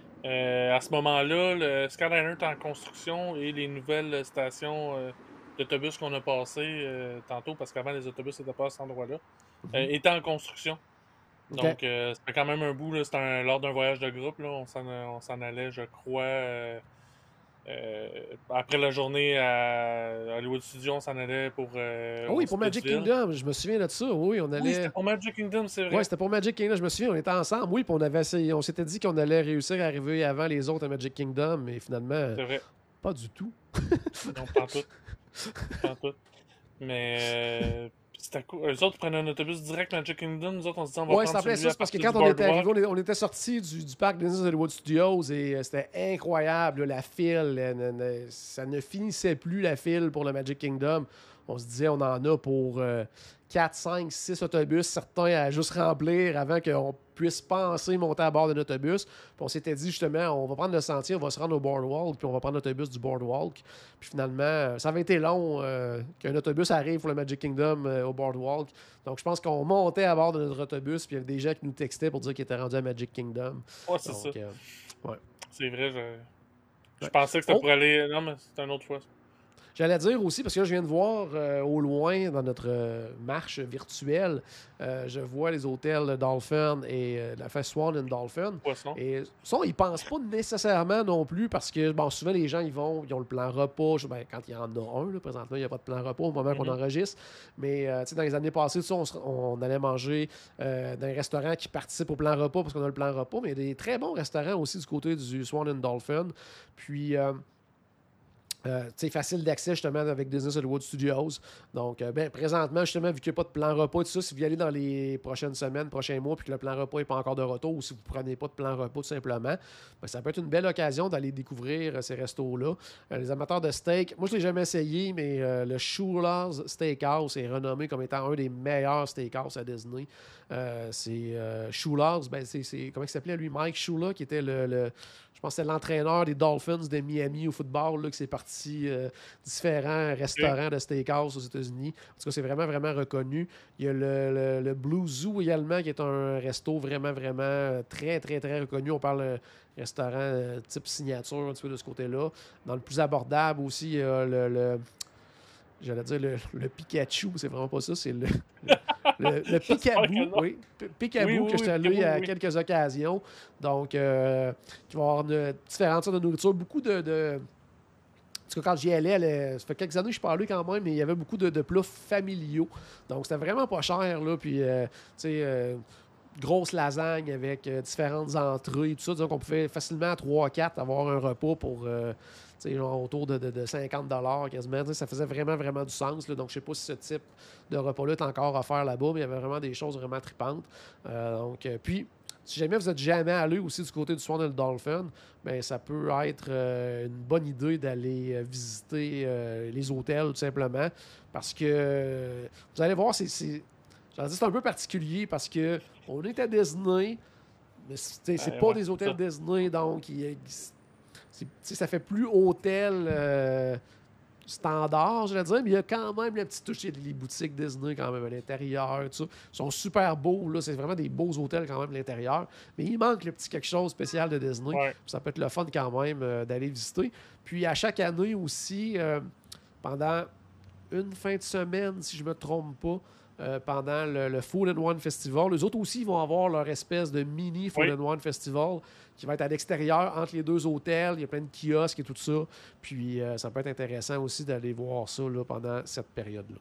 Euh, à ce moment-là, le Skyliner est en construction et les nouvelles stations euh, d'autobus qu'on a passées euh, tantôt, parce qu'avant les autobus n'étaient pas à cet endroit-là, euh, étaient en construction. OK. Donc, euh, c'était quand même un bout. Là, c'était un- lors d'un voyage de groupe. Là, on s'en on s'en allait, je crois, euh, euh, après la journée à Hollywood Studios, on s'en allait pour. Euh, Ah oui, au pour Magic Splitsville. Kingdom, je me souviens de ça. Oui, on Oui, allait. c'était pour Magic Kingdom, c'est vrai. Oui, c'était pour Magic Kingdom, je me souviens, on était ensemble. Oui, puis on avait essayé- on s'était dit qu'on allait réussir à arriver avant les autres à Magic Kingdom, mais finalement, C'est vrai. pas du tout. Non, pas en tout. Pas en tout. Mais. Euh, c'était cool. Eux autres prenaient un autobus direct Magic Kingdom. Nous autres, on se dit, on va Oui, prendre ça s'appelait celui ça, à c'est parce que partir quand du on était boardwalk. arrivé, on est- on était sorti du, du parc Disney Hollywood Studios et euh, c'était incroyable, là, la file. euh, ne- ne- ça ne finissait plus la file pour le Magic Kingdom. On se disait, on en a pour euh, quatre, cinq, six autobus, certains à juste remplir avant qu'on puisse penser monter à bord d'un autobus. Puis on s'était dit justement, on va prendre le sentier, on va se rendre au boardwalk, puis on va prendre l'autobus du boardwalk. Puis finalement, ça avait été long euh, qu'un autobus arrive pour le Magic Kingdom euh, au boardwalk. Donc je pense qu'on montait à bord de notre autobus, puis il y avait des gens qui nous textaient pour dire qu'ils étaient rendus à Magic Kingdom. Ouais, c'est ça. Donc, euh, ouais. C'est vrai, je. Je Ouais. pensais que c'était Oh! pour aller. Non, mais c'était une autre fois. J'allais dire aussi, parce que là, je viens de voir euh, au loin, dans notre euh, marche virtuelle, euh, je vois les hôtels Dolphin et euh, la fête Swan and Dolphin. Poisson. Et ça, ils pensent pas nécessairement non plus parce que, bon, souvent, les gens, ils vont, ils ont le plan repas. Je- ben, quand il y en a un, là, présentement, il n'y a pas de plan repas au moment qu'on Mhm. enregistre. Mais, euh, tu sais, dans les années passées, ça, on, se- on allait manger euh, dans un restaurant qui participe au plan repas parce qu'on a le plan repas. Mais il y a des très bons restaurants aussi du côté du Swan and Dolphin. Puis, euh, Euh, tu sais, facile d'accès justement avec Disney Hollywood Studios. Donc, euh, ben, présentement, justement, vu qu'il n'y a pas de plan repas et tout ça, si vous y allez dans les prochaines semaines, prochains mois, puis que le plan repas n'est pas encore de retour, ou si vous ne prenez pas de plan repas tout simplement, ben, ça peut être une belle occasion d'aller découvrir euh, ces restos-là. Euh, les amateurs de steak, moi je ne l'ai jamais essayé, mais euh, le Schuler's Steakhouse est renommé comme étant un des meilleurs steakhouse à Disney. Euh, c'est euh, Schuler's, ben, c'est, c'est, comment il s'appelait lui? Mike Shula, qui était le, le je pense que c'est l'entraîneur des Dolphins de Miami au football, là, qui s'est parti euh, différents restaurants de steakhouse aux États-Unis. En tout cas, c'est vraiment, vraiment reconnu. Il y a le, le, le Blue Zoo également, qui est un resto vraiment, vraiment très, très, très reconnu. On parle de restaurant euh, type signature, un petit peu de ce côté-là. Dans le plus abordable aussi, il y a le... le J'allais dire le, le Pikachu, c'est vraiment pas ça, c'est le, le, le, le Picaboo, oui, P- Picaboo Oui, oui, que oui, je suis allé Picaboo, à oui. quelques occasions. Donc, euh, il va y avoir une, différentes sortes de nourriture, beaucoup de... de en tout cas, quand j'y allais, elle, ça fait quelques années que je parlais quand même, mais il y avait beaucoup de, de plats familiaux. Donc, c'était vraiment pas cher, là. Puis, euh, tu sais, euh, grosse lasagne avec euh, différentes entrées, tout ça. Donc, on pouvait facilement à trois quatre avoir un repas pour, euh, tu sais, genre autour de, de, de cinquante dollars quasiment. Tu sais, ça faisait vraiment, vraiment du sens, là. Donc, je sais pas si ce type de repas-là est encore offert là-bas, mais il y avait vraiment des choses vraiment tripantes. Euh, donc, euh, puis, si jamais vous n'êtes jamais allé aussi du côté du Swan and Dolphin, ben ça peut être euh, une bonne idée d'aller euh, visiter euh, les hôtels tout simplement. Parce que euh, vous allez voir, c'est, c'est, j'en dis, c'est un peu particulier parce que on est à Disney, Mais c'est, c'est Euh, pas ouais, des hôtels ça. Disney, donc il, c'est, ça fait plus hôtel euh, standard, je vais dire, mais il y a quand même la petite touche. Il y a les boutiques Disney quand même à l'intérieur, tout ça. Ils sont super beaux, là. C'est vraiment des beaux hôtels quand même à l'intérieur. Mais il manque le petit quelque chose spécial de Disney. Ouais. Ça peut être le fun quand même euh, d'aller visiter. Puis à chaque année aussi, euh, pendant une fin de semaine, si je me trompe pas, euh, pendant le, le Food and Wine Festival. Les autres aussi vont avoir leur espèce de mini Food Oui. and Wine Festival qui va être à l'extérieur, entre les deux hôtels. Il y a plein de kiosques et tout ça. Puis euh, ça peut être intéressant aussi d'aller voir ça là, pendant cette période-là.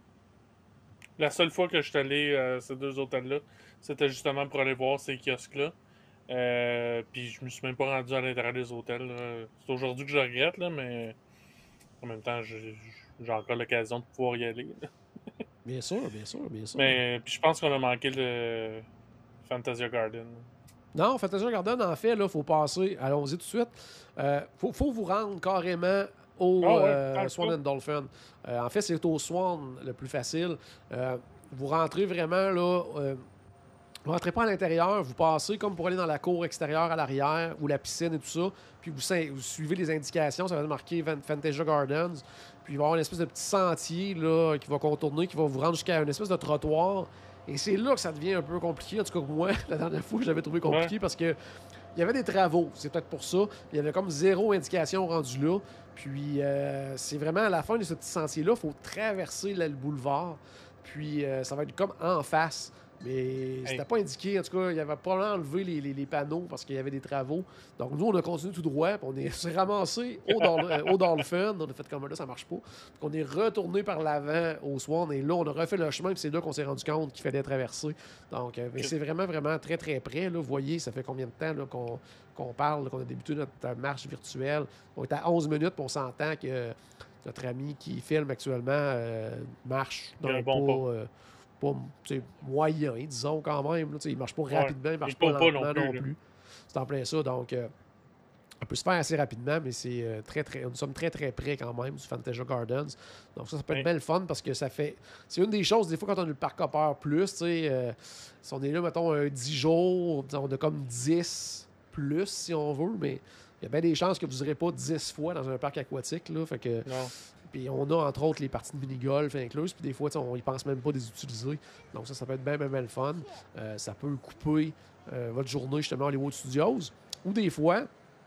La seule fois que je suis allé à ces deux hôtels-là, c'était justement pour aller voir ces kiosques-là. Euh, puis je me suis même pas rendu à l'intérieur des hôtels. Là. C'est aujourd'hui que je regrette, là, mais en même temps, j'ai, j'ai encore l'occasion de pouvoir y aller. Là. Bien sûr, bien sûr, bien sûr. Mais puis je pense qu'on a manqué le Fantasia Garden. Non, Fantasia Garden, en fait, il faut passer. Allons-y tout de suite. Il euh, faut, faut vous rendre carrément au Ah ouais, euh, ah, Swan cool. and Dolphin. Euh, en fait, c'est au Swan le plus facile. Euh, vous rentrez vraiment là. Euh, vous rentrez pas à l'intérieur, vous passez comme pour aller dans la cour extérieure à l'arrière ou la piscine et tout ça. Puis vous, vous suivez les indications, ça va être marqué Fantasia Gardens. Puis il va y avoir une espèce de petit sentier là, qui va contourner, qui va vous rendre jusqu'à une espèce de trottoir. Et c'est là que ça devient un peu compliqué. En tout cas, moi, la dernière fois, j'avais trouvé compliqué Ouais. parce que il y avait des travaux. C'est peut-être pour ça. Il y avait comme zéro indication rendue là. Puis euh, c'est vraiment à la fin de ce petit sentier-là, il faut traverser là, le boulevard. Puis euh, ça va être comme en face. Mais c'était Hey. pas indiqué. En tout cas, il avait probablement enlevé les, les, les panneaux parce qu'il y avait des travaux. Donc nous, on a continué tout droit. Puis on est s'est ramassé au, Dol- au Dolphin. On a fait comme là, ça marche pas. Puis on est retourné par l'avant au Swan. Et là, on a refait le chemin. Puis c'est là qu'on s'est rendu compte qu'il fallait traverser. Donc euh, mais c'est vraiment, vraiment très, très près. Là. Vous voyez, ça fait combien de temps là, qu'on, qu'on parle, là, qu'on a débuté notre marche virtuelle. On est à onze minutes. Puis on s'entend que notre ami qui filme actuellement euh, marche Il a dans un bon pas... pas. euh, pas moyen, disons quand même. Là, il ne marche pas Ouais. rapidement, il ne marche Il pas court pas lentement non plus, non là. plus. C'est en plein ça. Donc, euh, on peut se faire assez rapidement, mais c'est euh, très, très, nous sommes très, très près quand même du Fantasia Gardens. Donc, ça, ça peut être Oui. bien le fun parce que ça fait. C'est une des choses, des fois, quand on a le parc hopper plus, tu sais, euh, si on est là, mettons, un dix jours, on a comme dix plus, si on veut, mais il y a bien des chances que vous n'irez pas dix fois dans un parc aquatique. Là, fait que. Non. Puis on a entre autres les parties de mini-golf incluses, puis des fois, on y pense même pas des utiliser. Donc ça, ça peut être bien, bien, bien le fun. Euh, ça peut couper euh, votre journée justement à Hollywood Studios. Ou des fois,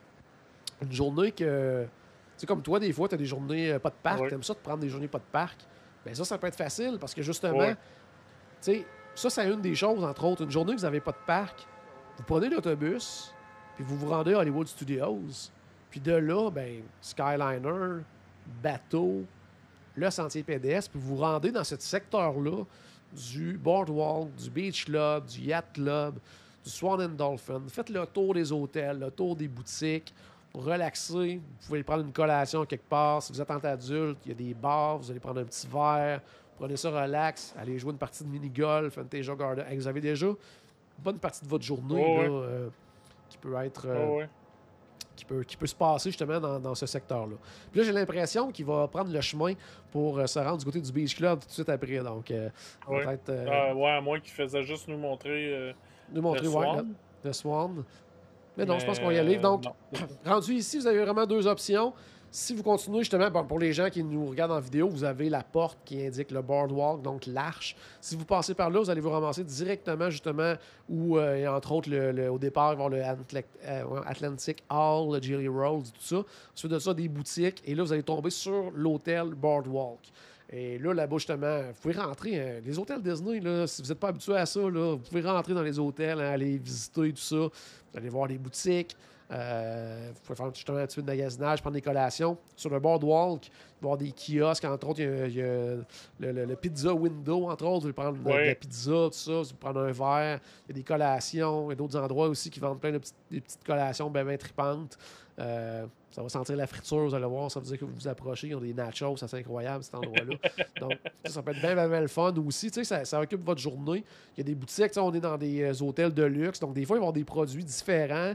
une journée que... Tu sais, comme toi, des fois, tu as des journées euh, pas de parc. Ouais. Tu aimes ça de prendre des journées pas de parc. Bien ça, ça peut être facile parce que justement, Ouais. tu sais, ça, c'est une des choses, entre autres. Une journée que vous n'avez pas de parc, vous prenez l'autobus, puis vous vous rendez à Hollywood Studios. Puis de là, ben Skyliner, bateau, le sentier pédestre, puis vous vous rendez dans ce secteur-là du Boardwalk, du Beach Club, du Yacht Club, du Swan and Dolphin. Faites le tour des hôtels, le tour des boutiques, relaxez. Vous pouvez prendre une collation quelque part. Si vous êtes en adulte, il y a des bars, vous allez prendre un petit verre, prenez ça relax, allez jouer une partie de mini-golf, Fantasia Garden. Hey, vous avez déjà une bonne partie de votre journée Oh, là, ouais. euh, qui peut être... euh, Oh, ouais. Qui peut, qui peut se passer justement dans, dans ce secteur-là. Puis là, j'ai l'impression qu'il va prendre le chemin pour euh, se rendre du côté du Beach Club tout de suite après. Donc, euh, Ouais. peut-être euh, Ah, ouais, à moins qu'il faisait juste nous montrer euh, nous montrer le ouais, Swan. là, le Swan. Mais non, Mais, je pense qu'on va y aller. Donc, non. rendu ici, vous avez vraiment deux options. Si vous continuez justement, bon, pour les gens qui nous regardent en vidéo, vous avez la porte qui indique le boardwalk, donc l'arche. Si vous passez par là, vous allez vous ramasser directement justement où, euh, entre autres, le, le- au départ, il va y avoir le Atl- euh, ouais, Atlantic Hall, le Jelly Rolls, tout ça. Ensuite de ça, des boutiques. Et là, vous allez tomber sur l'hôtel Boardwalk. Et là, là-bas, justement, vous pouvez rentrer. Hein, les hôtels Disney, là, si vous n'êtes pas habitué à ça, là, vous pouvez rentrer dans les hôtels, hein, aller visiter tout ça. Vous allez voir les boutiques. Euh, vous pouvez faire justement un petit peu de magasinage, prendre des collations. Sur le boardwalk, il va y avoir des kiosques. Entre autres, il y a, il y a le, le- le pizza window, entre autres. Vous pouvez prendre de- de, Ouais. la pizza, tout ça. Vous pouvez prendre un verre. Il y a des collations. Il y a d'autres endroits aussi qui vendent plein de petites, des petites collations bien, bien tripantes. Euh, ça va sentir la friture, vous allez voir. Ça veut dire que vous vous approchez. Ils ont des nachos. Ça, c'est incroyable, cet endroit-là. Donc, ça, ça peut être bien, bien, bien le fun aussi. Tu sais, ça, ça occupe votre journée. Il y a des boutiques. Tu sais, on est dans des euh, hôtels de luxe. Donc, des fois, ils vont avoir des produits différents.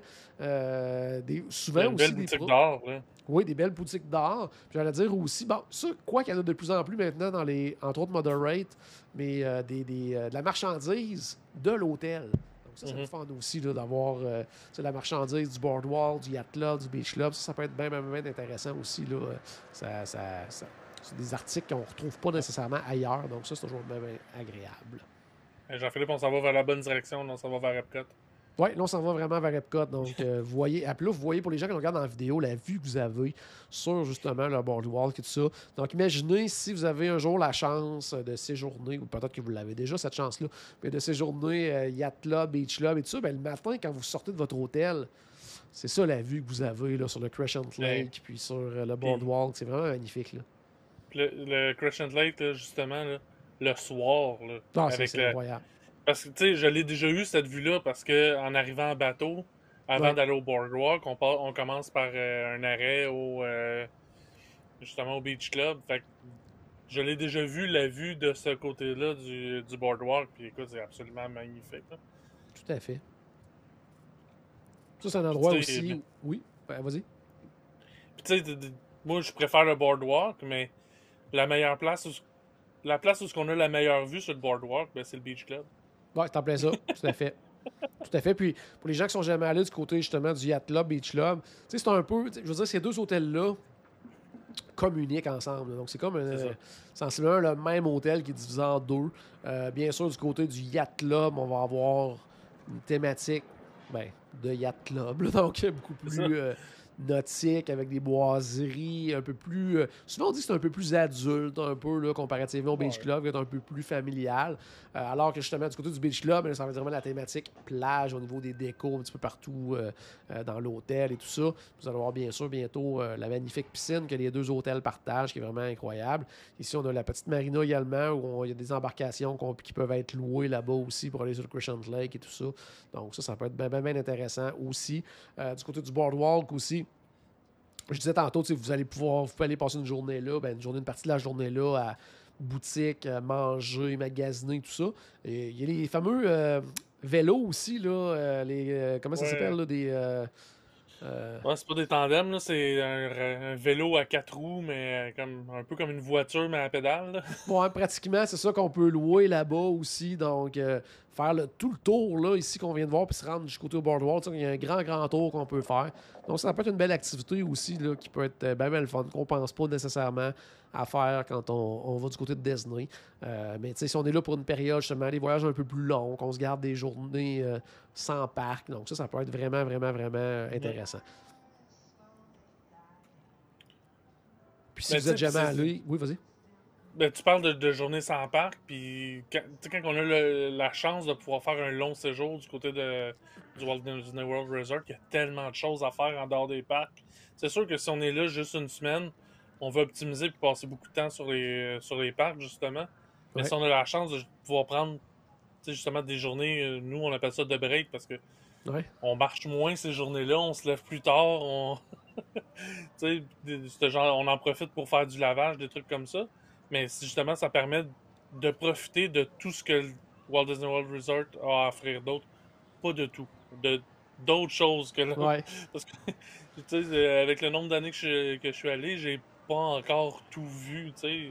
Euh, des, Il y souvent a une aussi belle des boutique pro- d'or, là. oui, des belles boutiques d'art. Puis j'allais dire aussi, bon, ça, quoi qu'il y en a de plus en plus maintenant dans les, entre autres, Moderate, mais euh, des, des, euh, de la marchandise de l'hôtel. Donc ça, c'est Mm-hmm. le fun aussi là, d'avoir euh, la marchandise du boardwalk, du yacht club, du beach club. Ça, ça peut être bien, bien, bien intéressant aussi. Là. Ça, ça, ça, c'est des articles qu'on ne retrouve pas nécessairement ailleurs. Donc ça, c'est toujours bien, bien agréable. Jean-Philippe, on s'en va vers la bonne direction, on s'en va vers Epcot. Oui, là, on s'en va vraiment vers Epcot. Donc, euh, vous voyez, là, vous voyez, pour les gens qui nous regardent en vidéo, la vue que vous avez sur, justement, le boardwalk et tout ça. Donc, imaginez si vous avez un jour la chance de séjourner, ou peut-être que vous l'avez déjà, cette chance-là, mais de séjourner euh, Yacht Club, Beach Club et tout ça, bien, le matin, quand vous sortez de votre hôtel, c'est ça la vue que vous avez là, sur le Crescent Lake, ouais. Puis sur euh, le boardwalk. C'est vraiment magnifique. Là. Le, le Crescent Lake, là, justement, là, le soir, là, ah, avec c'est le... incroyable. Parce que, tu sais, je l'ai déjà eu, cette vue-là, parce que en arrivant en bateau, avant ouais. d'aller au boardwalk, on, part, on commence par euh, un arrêt au, euh, justement, au Beach Club. Fait que je l'ai déjà vu, la vue de ce côté-là du, du boardwalk, puis écoute, c'est absolument magnifique. Là. Tout à fait. Ça, c'est un endroit puis, aussi... mais... Oui, ben, vas-y. Puis, tu sais, moi, je préfère le boardwalk, mais la meilleure place... Où... La place où on a la meilleure vue sur le boardwalk, ben, c'est le Beach Club. Oui, c'est en plein ça, tout à fait. Tout à fait. Puis, pour les gens qui sont jamais allés du côté, justement, du Yacht Club, Beach Club, tu sais, c'est un peu... Je veux dire, ces deux hôtels-là communiquent ensemble. Donc, c'est comme un, euh, sensiblement le même hôtel qui est divisé en deux. Euh, bien sûr, du côté du Yacht Club, on va avoir une thématique ben, de Yacht Club. Là, donc, beaucoup plus... Euh, nautique, avec des boiseries, un peu plus... Euh, souvent, on dit que c'est un peu plus adulte, un peu, là, comparativement au Beach ouais. Club, qui est un peu plus familial. Euh, alors que, justement, du côté du Beach Club, ça va être vraiment la thématique plage au niveau des décos, un petit peu partout euh, euh, dans l'hôtel et tout ça. Vous allez voir, bien sûr, bientôt, euh, la magnifique piscine que les deux hôtels partagent, qui est vraiment incroyable. Ici, on a la petite marina également, où il y a des embarcations qui peuvent être louées là-bas aussi pour aller sur le Crescent Lake et tout ça. Donc, ça, ça peut être bien, bien, bien intéressant aussi. Euh, du côté du boardwalk aussi, je disais tantôt, vous allez pouvoir vous pouvez aller passer une journée là, ben une journée, une partie de la journée là à boutique, à manger, magasiner, tout ça. Et il y a les fameux euh, vélos aussi, là, euh, les, euh, comment ça ouais. s'appelle, là, des... Euh, euh... Ouais, c'est pas des tandems, là, c'est un, un vélo à quatre roues, mais comme un peu comme une voiture, mais à pédale. Bon, ouais, pratiquement, c'est ça qu'on peut louer là-bas aussi. Donc, euh, faire le, tout le tour là, ici qu'on vient de voir, puis se rendre jusqu'au côté au boardwalk. Il y a un grand, grand tour qu'on peut faire. Donc, ça peut être une belle activité aussi là, qui peut être bien, bien le fun, qu'on pense pas nécessairement à faire quand on, on va du côté de Disney. Euh, mais tu sais, si on est là pour une période, justement, des voyages un peu plus longs, qu'on se garde des journées euh, sans parc. Donc, ça, ça peut être vraiment, vraiment, vraiment intéressant. Puis si ben, vous êtes jamais allé... Oui, vas-y. Ben, tu parles de, de journée sans parc, puis quand, quand on a le, la chance de pouvoir faire un long séjour du côté de, du Walt Disney World Resort, il y a tellement de choses à faire en dehors des parcs. C'est sûr que si on est là juste une semaine, on va optimiser et passer beaucoup de temps sur les, sur les parcs, justement. Mais ouais. si on a la chance de pouvoir prendre justement des journées, nous, on appelle ça de break, parce que ouais. on marche moins ces journées-là, on se lève plus tard, on... tu sais, genre, on en profite pour faire du lavage, des trucs comme ça. Mais justement, ça permet de profiter de tout ce que le Walt Disney World Resort a à offrir d'autre. Pas de tout. De, d'autres choses que là. Ouais. Parce que, tu sais, avec le nombre d'années que je, que je suis allé, j'ai pas encore tout vu, tu sais.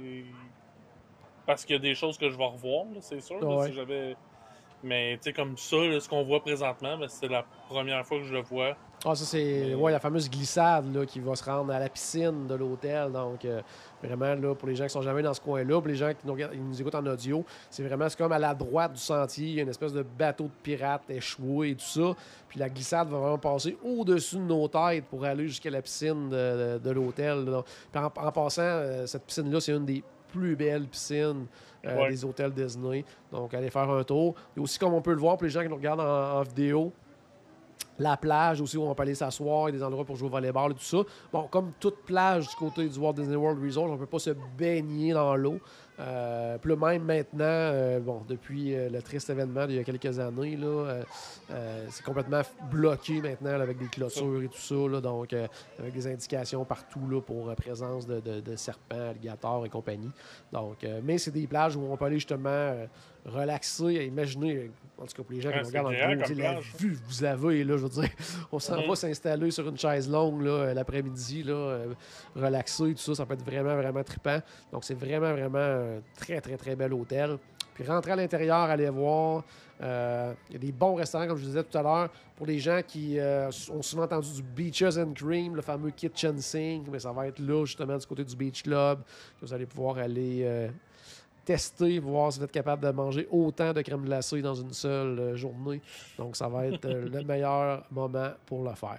Parce qu'il y a des choses que je vais revoir, là, c'est sûr. Ouais. Là, si j'avais... Mais, tu sais, comme ça, là, ce qu'on voit présentement, ben, c'est la première fois que je le vois. Ah, ça, c'est mais... ouais, la fameuse glissade là, qui va se rendre à la piscine de l'hôtel. Donc, euh, vraiment, là, pour les gens qui sont jamais dans ce coin-là, pour les gens qui nous, regardent, qui nous écoutent en audio, c'est vraiment c'est comme à la droite du sentier. Il y a une espèce de bateau de pirates échoué et tout ça. Puis la glissade va vraiment passer au-dessus de nos têtes pour aller jusqu'à la piscine de, de, de l'hôtel. Là. Puis en, en passant, euh, cette piscine-là, c'est une des plus belles piscines euh, ouais. des hôtels Disney. Donc, allez faire un tour. Et aussi, comme on peut le voir, pour les gens qui nous regardent en, en vidéo, la plage aussi où on peut aller s'asseoir, des endroits pour jouer au volleyball et tout ça. Bon, comme toute plage du côté du Walt Disney World Resort, on ne peut pas se baigner dans l'eau. Euh, puis là, même maintenant, euh, bon, depuis euh, le triste événement d'il y a quelques années, là, euh, euh, c'est complètement bloqué maintenant là, avec des clôtures et tout ça. Là, donc, euh, avec des indications partout là, pour euh, présence de, de, de serpents, alligators et compagnie. Donc, euh, mais c'est des plages où on peut aller justement euh, relaxer. Imaginez, en tout cas pour les gens qui ouais, nous regardent en vidéo, la vue que vous avez, là, je veux dire, on s'en mm-hmm. va s'installer sur une chaise longue là, l'après-midi, là, euh, relaxer, tout ça, ça peut être vraiment, vraiment trippant. Donc, c'est vraiment, vraiment un très, très, très bel hôtel. Puis rentrer à l'intérieur, aller voir, Euh, il y a des bons restaurants, comme je vous disais tout à l'heure, pour les gens qui euh, ont souvent entendu du Beaches and Cream, le fameux Kitchen Sink, mais ça va être là, justement, du côté du Beach Club, que vous allez pouvoir aller euh, tester, voir si vous êtes capable de manger autant de crème glacée dans une seule euh, journée. Donc, ça va être euh, le meilleur moment pour le faire.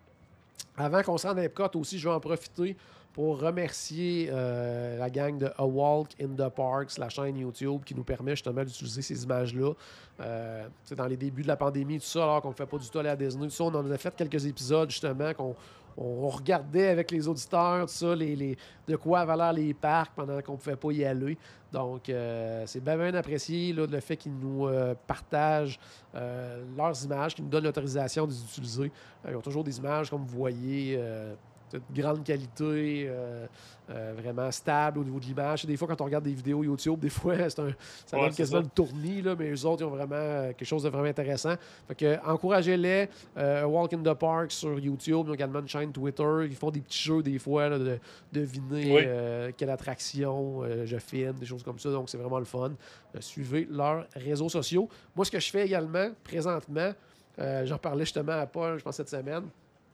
Avant qu'on se rende à Epcot aussi, je vais en profiter pour remercier euh, la gang de A Walk in the Parks, la chaîne YouTube qui nous permet justement d'utiliser ces images-là. Euh, dans les débuts de la pandémie, tout ça, alors qu'on ne fait pas du tout aller à Disney, tout ça, on en a fait quelques épisodes justement qu'on on regardait avec les auditeurs, tout ça, les, les, de quoi avaient l'air les parcs pendant qu'on ne pouvait pas y aller. Donc, euh, c'est bien, bien apprécié là, le fait qu'ils nous euh, partagent euh, leurs images, qu'ils nous donnent l'autorisation de les utiliser. Euh, ils ont toujours des images, comme vous voyez, euh, de grande qualité, euh, euh, vraiment stable au niveau de l'image. Des fois, quand on regarde des vidéos YouTube, des fois, c'est un, ça ouais, donne quasiment ça. le tournis, là, mais eux autres, ils ont vraiment euh, quelque chose de vraiment intéressant. Fait que, encouragez-les. Euh, Walk in the Park sur YouTube. Ils ont également une chaîne Twitter. Ils font des petits jeux, des fois, là, de deviner oui. euh, quelle attraction euh, je filme, des choses comme ça. Donc, c'est vraiment le fun. Euh, suivez leurs réseaux sociaux. Moi, ce que je fais également, présentement, euh, j'en parlais justement à Paul, je pense, cette semaine.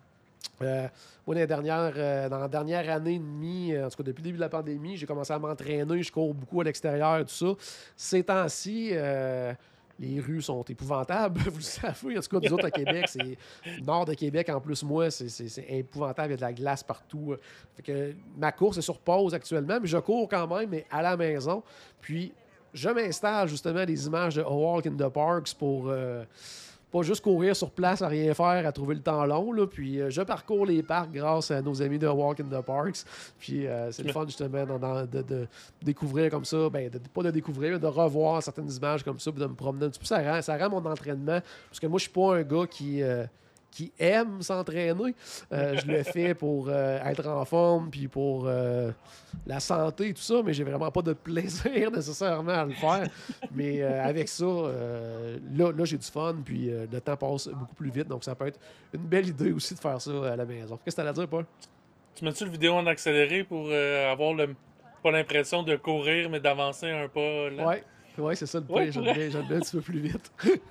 Euh, moi, dans la, dernière, euh, dans la dernière année et demie, euh, en tout cas depuis le début de la pandémie, j'ai commencé à m'entraîner, je cours beaucoup à l'extérieur et tout ça. Ces temps-ci, euh, les rues sont épouvantables, vous le savez. En tout cas, nous autres à Québec, c'est nord de Québec, en plus, moi, c'est, c'est, c'est épouvantable, il y a de la glace partout. Fait que ma course est sur pause actuellement, mais je cours quand même, mais à la maison. Puis, je m'installe justement des images de A Walk in the Parks pour... Euh, pas juste courir sur place à rien faire, à trouver le temps long. Là. Puis euh, je parcours les parcs grâce à nos amis de Walk in the Parks. Puis euh, c'est le fun justement dans, dans, de, de découvrir comme ça, ben, de, pas de découvrir, mais de revoir certaines images comme ça, puis de me promener un petit peu. Ça rend, ça rend mon entraînement. Parce que moi, je suis pas un gars qui... Euh, qui aime s'entraîner. Euh, je le fais pour euh, être en forme puis pour euh, la santé et tout ça, mais j'ai vraiment pas de plaisir nécessairement à le faire. Mais euh, avec ça, euh, là, là, j'ai du fun puis euh, le temps passe beaucoup plus vite, donc ça peut être une belle idée aussi de faire ça à la maison. Qu'est-ce que tu as à dire, Paul? Tu mets-tu le vidéo en accéléré pour euh, avoir le, pas l'impression de courir, mais d'avancer un pas là? Ouais, ouais, c'est ça le point. Ouais, j'aime bien, j'aime bien un petit peu plus vite.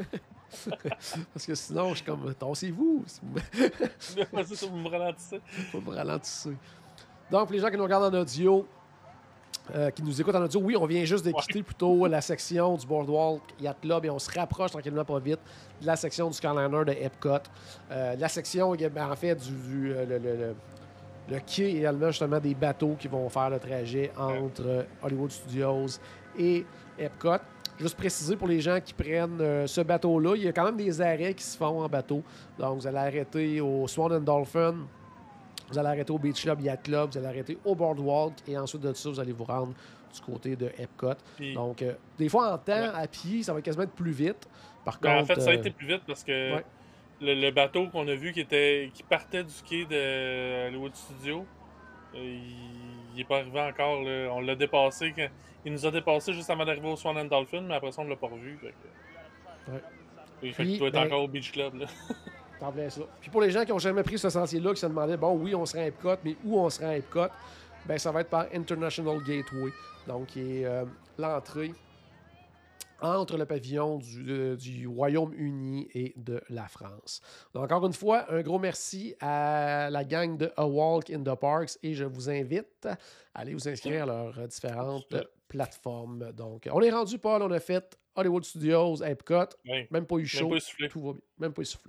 Parce que sinon, je suis comme, tassez-vous. C'est ça, vous me ralentissez. Faut me ralentir. Donc, pour les gens qui nous regardent en audio, euh, qui nous écoutent en audio, oui, on vient juste de quitter ouais. plutôt la section du Boardwalk Yacht Club et on se rapproche tranquillement pas vite de la section du Skyliner de Epcot. Euh, la section, ben, en fait, du, du le, le, le, le quai également, justement, des bateaux qui vont faire le trajet entre ouais. Hollywood Studios et Epcot. Juste préciser pour les gens qui prennent euh, ce bateau-là, il y a quand même des arrêts qui se font en bateau. Donc, vous allez arrêter au Swan and Dolphin, vous allez arrêter au Beach Club Yacht Club, vous allez arrêter au Boardwalk et ensuite de ça, vous allez vous rendre du côté de Epcot. Puis, donc, euh, des fois, en temps, ouais. à pied, ça va quasiment être plus vite. Par ben, contre, en fait, ça a été plus vite parce que ouais. le, le bateau qu'on a vu qui, était, qui partait du quai de Hollywood Studios, euh, il n'est pas arrivé encore. Là. On l'a dépassé. Quand... Il nous a dépassé juste avant d'arriver au Swan and Dolphin, mais après ça, on ne l'a pas revu. Fait que... ouais. Et fait Puis, que tu dois être ben... encore au Beach Club. Là. T'en plais ça. Puis pour les gens qui n'ont jamais pris ce sentier-là, qui se demandaient, bon, oui, on sera à Epcot, mais où on sera à Epcot? Ben, ça va être par International Gateway. Donc, qui est euh, l'entrée entre le pavillon du, euh, du Royaume-Uni et de la France. Donc, encore une fois, un gros merci à la gang de A Walk in the Parks et je vous invite à aller vous inscrire à leurs différentes plateformes. Donc, on est rendu, Paul, on a fait Hollywood Studios, Epcot, oui. même pas eu chaud, même pas tout va bien, même pas essoufflé.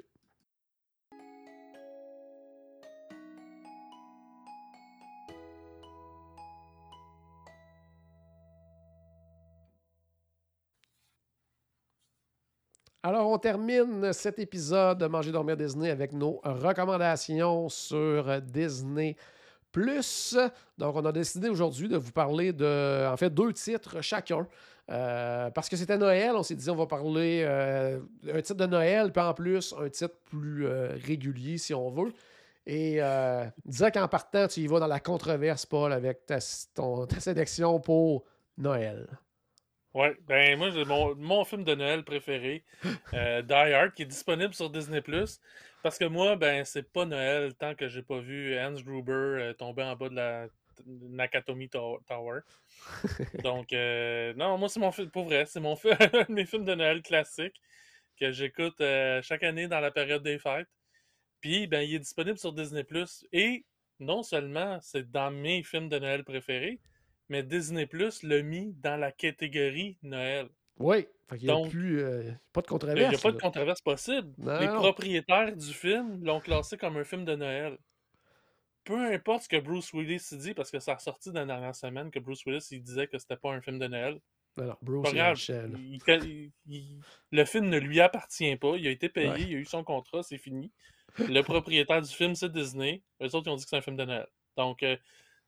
Alors, on termine cet épisode de Manger, Dormir, Disney avec nos recommandations sur Disney plus. Donc, on a décidé aujourd'hui de vous parler de, en fait, deux titres chacun. Euh, parce que c'était Noël, on s'est dit on va parler euh, un titre de Noël, puis en plus, un titre plus euh, régulier, si on veut. Et euh, disais qu'en partant, tu y vas dans la controverse, Paul, avec ta, ton, ta sélection pour Noël. Ouais, ben moi, j'ai mon, mon film de Noël préféré, euh, Die Hard, qui est disponible sur Disney plus. Parce que moi, ben, c'est pas Noël tant que j'ai pas vu Hans Gruber euh, tomber en bas de la Nakatomi Tower. Donc, euh, non, moi, c'est mon film, pour vrai, c'est mon film, un de mes films de Noël classiques que j'écoute euh, chaque année dans la période des fêtes. Puis, ben, il est disponible sur Disney+. Et non seulement c'est dans mes films de Noël préférés, mais Disney+ l'a mis dans la catégorie Noël. Oui, fait qu'il n'y a Donc, plus, euh, pas de il controverse. n'y a pas de là. controverse possible. Non, Les non. propriétaires du film l'ont classé comme un film de Noël. Peu importe ce que Bruce Willis dit, parce que ça a sorti dans la dernière semaine que Bruce Willis il disait que c'était pas un film de Noël. Non, non, Bruce, Pas il est grave. méchant, là. Il- il- il- le film ne lui appartient pas. Il a été payé, Ouais. il a eu son contrat, c'est fini. Le propriétaire du film, c'est Disney. Eux autres, ils ont dit que c'est un film de Noël. Donc, euh,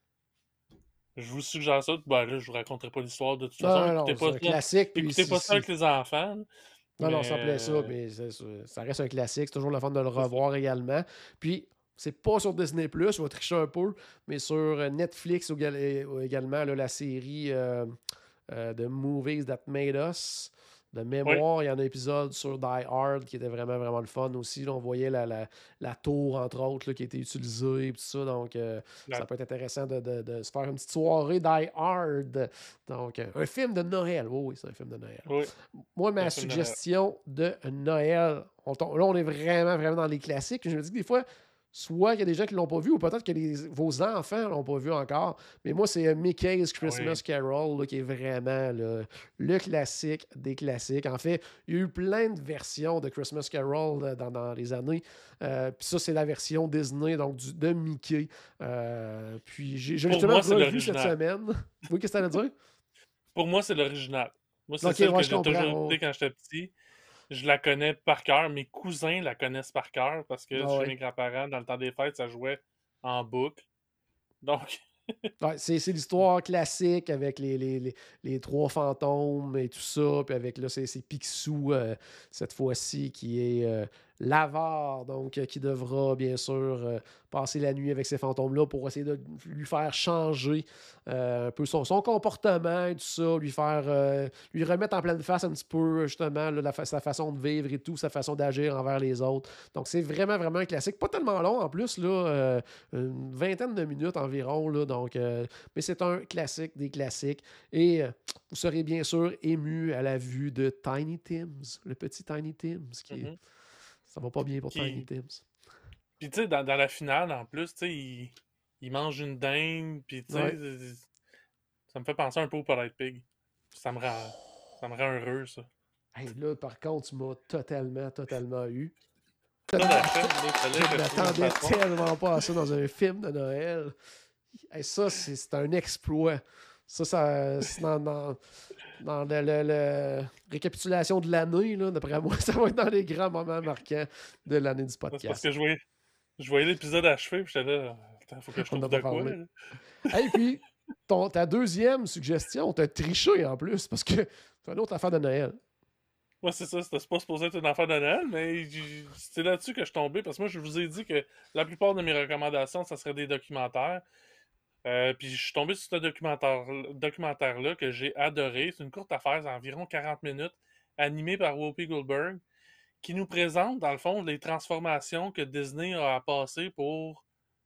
je vous suggère ça. Ben là, je vous raconterai pas l'histoire de toute Non, façon. non, non, Écoutez c'est pas un ça. classique. Puis Écoutez si- pas ça si- avec les enfants. Non, non, mais, ça plaît ça, euh, mais c'est- c'est- ça reste un classique. C'est toujours le fun de le C'est ça. revoir également. Puis, c'est pas sur Disney+, je vais tricher un peu, mais sur euh, Netflix égal- euh, également, là, la série euh, euh, de Movies That Made Us. De mémoire, il y a un épisode sur Die Hard qui était vraiment, vraiment le fun aussi. Là, on voyait la, la, la tour, entre autres, là, qui a été utilisée et tout ça. Donc, euh, La- ça peut être intéressant de, de- de se faire une petite soirée Die Hard. Donc, euh, un film de Noël. Oui, oui, c'est un film de Noël. Oui. Moi, ma Un film de Noël. suggestion de Noël, on tombe- là, on est vraiment, vraiment dans les classiques. Je me dis que des fois, soit il y a des gens qui ne l'ont pas vu, ou peut-être que les- vos enfants ne l'ont pas vu encore. Mais moi, c'est euh, Mickey's Christmas Oui. Carol là, qui est vraiment là, le classique des classiques. En fait, il y a eu plein de versions de Christmas Carol là, dans, dans les années. Euh, puis ça, c'est la version Disney, donc du, de Mickey. Euh, puis j'ai j'ai Pour justement moi, c'est revu cette l'original. semaine. Oui, qu'est-ce que tu allais dire? Pour moi, c'est l'original. Moi, c'est Ok, celle ouais, que je j'ai comprends. toujours Ouais. écouté quand j'étais petit. Je la connais par cœur. Mes cousins la connaissent par cœur parce que Ah chez ouais. mes grands-parents, dans le temps des fêtes, ça jouait en boucle. Donc, Ouais, c'est c'est l'histoire classique avec les, les, les, les trois fantômes et tout ça. Puis avec là, c'est c'est Picsou euh, cette fois-ci qui est euh, l'avare, donc euh, qui devra bien sûr euh, passer la nuit avec ces fantômes-là pour essayer de lui faire changer euh, un peu son, son comportement et tout ça, lui faire euh, lui remettre en pleine face un petit peu justement là, la fa- sa façon de vivre et tout, sa façon d'agir envers les autres. Donc c'est vraiment, vraiment un classique. Pas tellement long en plus, là, euh, une vingtaine de minutes environ. Là, donc, euh, mais c'est un classique des classiques. Et euh, vous serez bien sûr ému à la vue de Tiny Tims, le petit Tiny Tims qui est- mhm. ça va pas bien pour Qui- Tiny Tims. Puis, tu sais, dans, dans la finale, en plus, tu sais, il, il mange une dinde. Puis, tu sais, Ouais. c'est- ça me fait penser un peu au Polite Pig. Ça me rend, ça me rend heureux, ça. Hey, là, par contre, tu m'as totalement, totalement eu. Ça, la fin, là, fallait Je que je m'attendais trouve une façon. tellement pas à ça dans un film de Noël. Hey, ça, c'est c'est un exploit. Ça, ça c'est dans, dans, dans le, le- le- récapitulation de l'année, là, d'après moi, ça va être dans les grands moments marquants de l'année du C'est parce podcast. que je voyais, je voyais l'épisode achevé, puis j'étais là, attends, faut que je On trouve en de a quoi. parlé. là. Et puis, ton, ta deuxième suggestion, t'as triché en plus, parce que c'est une autre affaire de Noël. Moi, c'est ça, c'était pas supposé être une affaire de Noël, mais j- c'est là-dessus que je suis tombé, parce que moi, je vous ai dit que la plupart de mes recommandations, ça serait des documentaires. Euh, puis je suis tombé sur ce documentaire, documentaire-là que j'ai adoré. C'est une courte affaire, c'est environ quarante minutes, animé par Whoopi Goldberg, qui nous présente, dans le fond, les transformations que Disney a à passer pour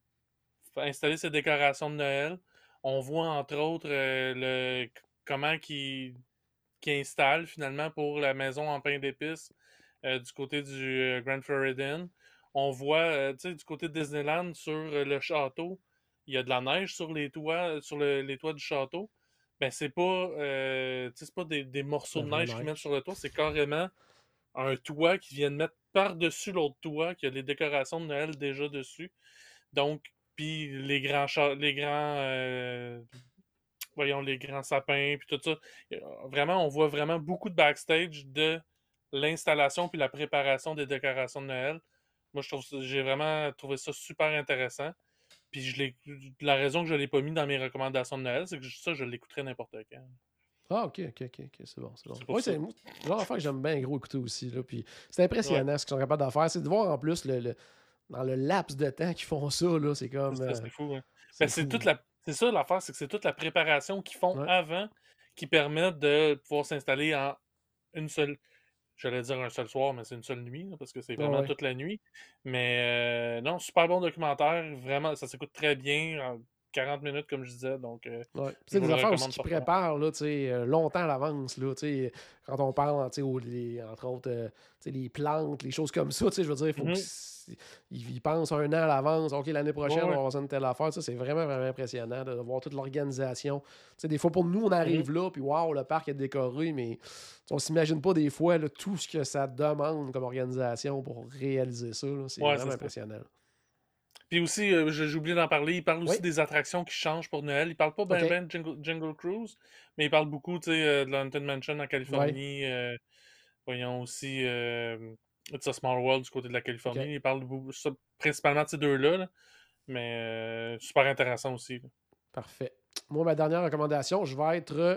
installer ses décorations de Noël. On voit, entre autres, euh, le comment qui qui installe finalement pour la maison en pain d'épices euh, du côté du euh, Grand Floridian. On voit, euh, tu sais, du côté de Disneyland, sur euh, le château, il y a de la neige sur les toits, sur le- les toits du château. Ben, c'est pas, euh, tu sais, c'est pas des, des morceaux La de vraie neige qu'ils neige. mettent sur le toit, c'est carrément un toit qu'ils viennent mettre par-dessus l'autre toit, qui a les décorations de Noël déjà dessus. Donc, puis les grands, cha- les grands, euh, voyons, les grands sapins, puis tout ça. Euh, Vraiment, on voit vraiment beaucoup de backstage de l'installation puis la préparation des décorations de Noël. Moi, je trouve ça- j'ai vraiment trouvé ça super intéressant. Puis je l'ai, la raison que je l'ai pas mis dans mes recommandations de Noël, c'est que ça, je l'écouterais n'importe quand. Ah, ok, ok, ok, ok, c'est bon, c'est bon. C'est pour Oui, ça. c'est le genre d'affaire que j'aime bien gros écouter aussi. Là, puis c'est impressionnant ce qu'ils sont capables de faire. C'est de voir en plus le, le- dans le laps de temps qu'ils font ça, là, c'est comme. C'est, euh, c'est fou, hein. c'est Ben, c'est fou. toute la, c'est ça l'affaire, c'est que c'est toute la préparation qu'ils font Ouais. avant qui permettent de pouvoir s'installer en une seule, j'allais dire un seul soir, mais c'est une seule nuit, là, parce que c'est Ah vraiment ouais. toute la nuit. Mais euh, non, super bon documentaire, vraiment, ça s'écoute très bien. Euh, quarante minutes, comme je disais. Donc, euh, ouais. je des vous le affaires aussi recommande qui fortement. préparent là, euh, longtemps à l'avance. Là, quand on parle, aux, les, entre autres, euh, les plantes, les choses comme ça, je veux dire, il faut Mm-hmm. qu'ils pensent un an à l'avance. OK, l'année prochaine, Ouais, on ouais. va avoir une telle affaire. Ça, c'est vraiment, vraiment impressionnant de voir toute l'organisation. T'sais, des fois, pour nous, on arrive Mm-hmm. là, puis waouh, le parc est décoré, mais on s'imagine pas des fois là, tout ce que ça demande comme organisation pour réaliser ça. Là, c'est Ouais, vraiment c'est ça. impressionnant. Puis aussi, euh, j'ai j'ai oublié d'en parler, il parle aussi Oui. des attractions qui changent pour Noël. Il parle pas ben OK. ben de Jungle, Jungle Cruise, mais il parle beaucoup, tu sais, euh, de la Haunted Mansion en Californie. euh, voyons aussi euh, It's a Small World du côté de la Californie. OK. Il parle beaucoup, ça, principalement de ces deux-là, là. mais euh, super intéressant aussi. Là. Parfait. Moi, ma dernière recommandation, je vais être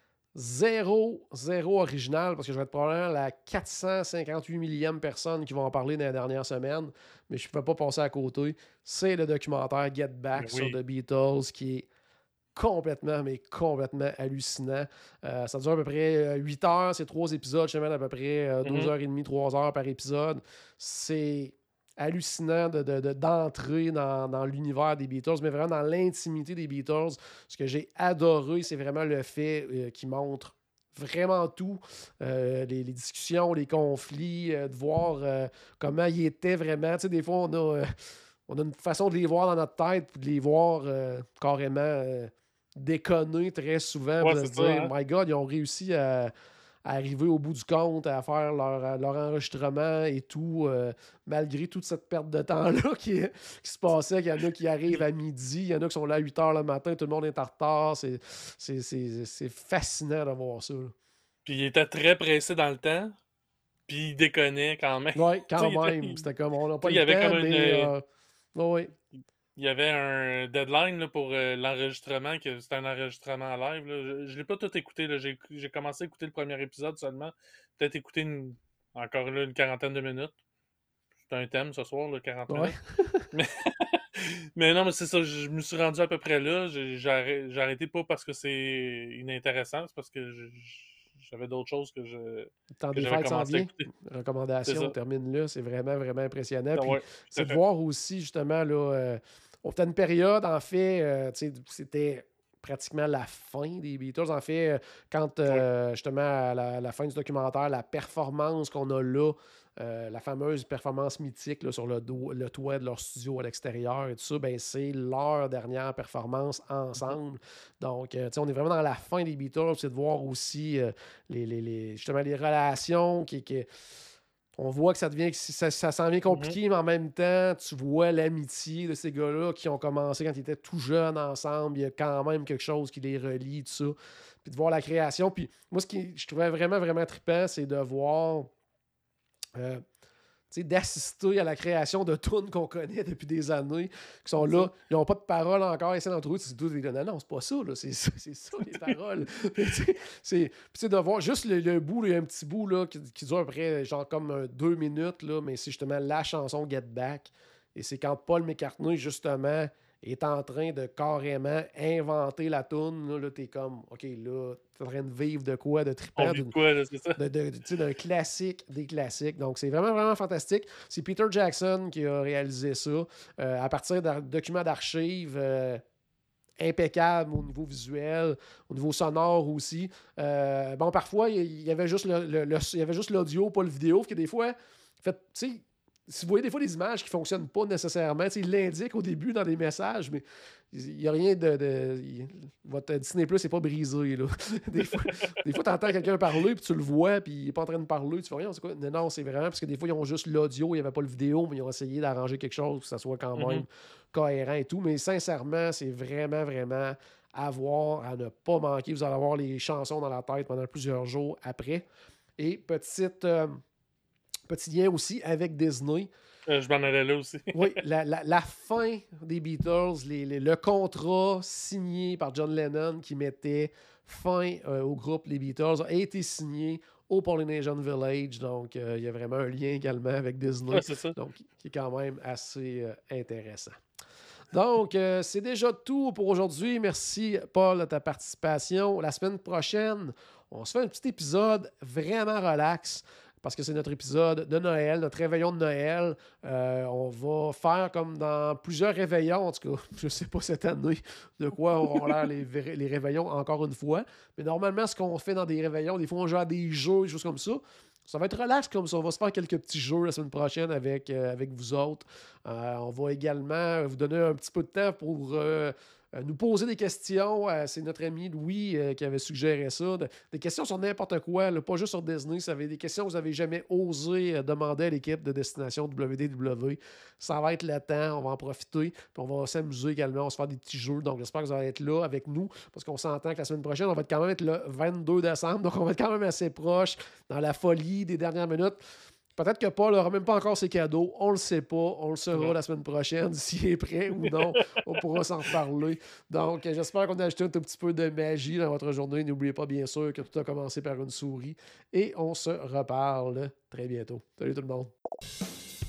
zéro, zéro original parce que je vais être probablement la quatre cent cinquante-huit millième personne qui va en parler dans les dernières semaines, mais je ne peux pas passer à côté. C'est le documentaire Get Back Oui. sur The Beatles qui est complètement, mais complètement hallucinant. Euh, ça dure à peu près huit heures, c'est trois épisodes, je à peu près euh, deux heures trente, trois heures par épisode. C'est hallucinant de, de, de, d'entrer dans, dans l'univers des Beatles, mais vraiment dans l'intimité des Beatles. Ce que j'ai adoré, c'est vraiment le fait euh, qu'ils montrent vraiment tout, euh, les, les discussions, les conflits, euh, de voir euh, comment ils étaient vraiment. Tu sais, des fois, on a, euh, on a une façon de les voir dans notre tête, puis de les voir euh, carrément euh, déconner très souvent, Ouais, puis de c'est se ça, dire, hein? My God, ils ont réussi à à arriver au bout du compte, à faire leur, leur enregistrement et tout, euh, malgré toute cette perte de temps-là qui, qui se passait, qu'il y en a qui arrivent à midi, il y en a qui sont là à huit heures le matin, tout le monde est en retard. C'est, c'est, c'est, c'est fascinant de voir ça. Là. Puis il était très pressé dans le temps, puis il déconnait quand même. Oui, quand il même. était, C'était comme, on n'a pas il le y avait temps, comme mais... une... Euh, oui. Il y avait un deadline là, pour euh, l'enregistrement, que c'était un enregistrement live. Là. Je ne l'ai pas tout écouté. Là. J'ai, j'ai commencé à écouter le premier épisode seulement. Peut-être écouter une, encore là, une quarantaine de minutes. C'est un thème ce soir, là, quarante Ouais. minutes. Mais... mais non, mais c'est ça. Je me suis rendu à peu près là. J'ai, j'ai, arrêté, j'ai arrêté pas parce que c'est inintéressant. C'est parce que je, j'avais d'autres choses que, je, Le temps que des j'avais fêtes s'en commencé à vient. écouter. Recommandation, on termine là. C'est vraiment, vraiment impressionnant. Puis, Ouais, c'est de voir aussi, justement, là, euh, on fait une période, en fait, euh, c'était pratiquement la fin des Beatles. En fait, euh, quand, euh, justement, à la, la fin du documentaire, la performance qu'on a là, euh, la fameuse performance mythique là, sur le, do- le toit de leur studio à l'extérieur et tout ça, ben, c'est leur dernière performance ensemble. Donc, euh, on est vraiment dans la fin des Beatles. C'est de voir aussi euh, les, les, les, justement les relations qui... qui on voit que ça devient ça, ça s'en vient compliqué, mm-hmm. mais en même temps, tu vois l'amitié de ces gars-là qui ont commencé quand ils étaient tout jeunes ensemble. Il y a quand même quelque chose qui les relie, tout ça. Puis de voir la création. Puis moi, ce que je trouvais vraiment, vraiment trippant, c'est de voir... Euh, d'assister à la création de tunes qu'on connaît depuis des années, qui sont là, ils n'ont pas de paroles encore, essaient d'entre eux, c'est tout, non, non, c'est pas ça, là, c'est, ça c'est ça les paroles. c'est, c'est de voir juste le, le bout, il y a un petit bout là, qui, qui dure à peu près genre comme un, deux minutes, là, mais c'est justement la chanson Get Back, et c'est quand Paul McCartney, justement, est en train de carrément inventer la toune. Là, là t'es comme, OK, là, t'es en train de vivre de quoi, de trippant. De quoi, là, c'est ça? De, de, de, d'un classique des classiques. Donc, c'est vraiment, vraiment fantastique. C'est Peter Jackson qui a réalisé ça euh, à partir d'un document d'archives euh, impeccable au niveau visuel, au niveau sonore aussi. Euh, bon, parfois, il y avait juste le, le, le, il y avait juste l'audio, pas le vidéo, parce que des fois, fait, tu sais, si vous voyez des fois des images qui ne fonctionnent pas nécessairement, il l'indique au début dans des messages, mais il n'y a rien de... de il, votre Disney Plus n'est pas brisé. Là. Des fois, des fois tu entends quelqu'un parler, puis tu le vois, puis il n'est pas en train de parler, tu fais rien, c'est quoi? Non, non, c'est vraiment parce que des fois, ils ont juste l'audio, il n'y avait pas le vidéo, mais ils ont essayé d'arranger quelque chose pour que ça soit quand même mm-hmm. cohérent et tout. Mais sincèrement, c'est vraiment, vraiment à voir, à ne pas manquer. Vous allez avoir les chansons dans la tête pendant plusieurs jours après. Et petite... Euh, Petit lien aussi avec Disney. Euh, je m'en allais là aussi. oui, la, la, la fin des Beatles, les, les, le contrat signé par John Lennon qui mettait fin euh, au groupe Les Beatles a été signé au Polynesian Village. Donc, euh, il y a vraiment un lien également avec Disney. Ouais, c'est ça. Donc, qui est quand même assez euh, intéressant. Donc, euh, c'est déjà tout pour aujourd'hui. Merci, Paul, de ta participation. La semaine prochaine, on se fait un petit épisode vraiment relax. parce que c'est notre épisode de Noël, notre réveillon de Noël. Euh, on va faire comme dans plusieurs réveillons, en tout cas, je ne sais pas cette année de quoi auront l'air les, les réveillons encore une fois. Mais normalement, ce qu'on fait dans des réveillons, des fois on joue à des jeux, des choses comme ça. Ça va être relax comme ça. On va se faire quelques petits jeux la semaine prochaine avec, euh, avec vous autres. Euh, on va également vous donner un petit peu de temps pour euh, nous poser des questions. Euh, c'est notre ami Louis euh, qui avait suggéré ça. De, des questions sur n'importe quoi, là, pas juste sur Disney. Ça va être des questions que vous n'avez jamais osé euh, demander à l'équipe de Destination W D W. Ça va être le temps. On va en profiter. Puis on va s'amuser également. On va se faire des petits jeux. Donc j'espère que vous allez être là avec nous parce qu'on s'entend que la semaine prochaine, on va être quand même être le vingt-deux décembre. Donc on va être quand même assez proche dans la folie des dernières minutes. Peut-être que Paul n'aura même pas encore ses cadeaux. On le sait pas. On le saura non. la semaine prochaine s'il est prêt ou non. On pourra s'en reparler. Donc, j'espère qu'on a ajouté un tout petit peu de magie dans votre journée. N'oubliez pas, bien sûr, que tout a commencé par une souris. Et on se reparle très bientôt. Salut tout le monde.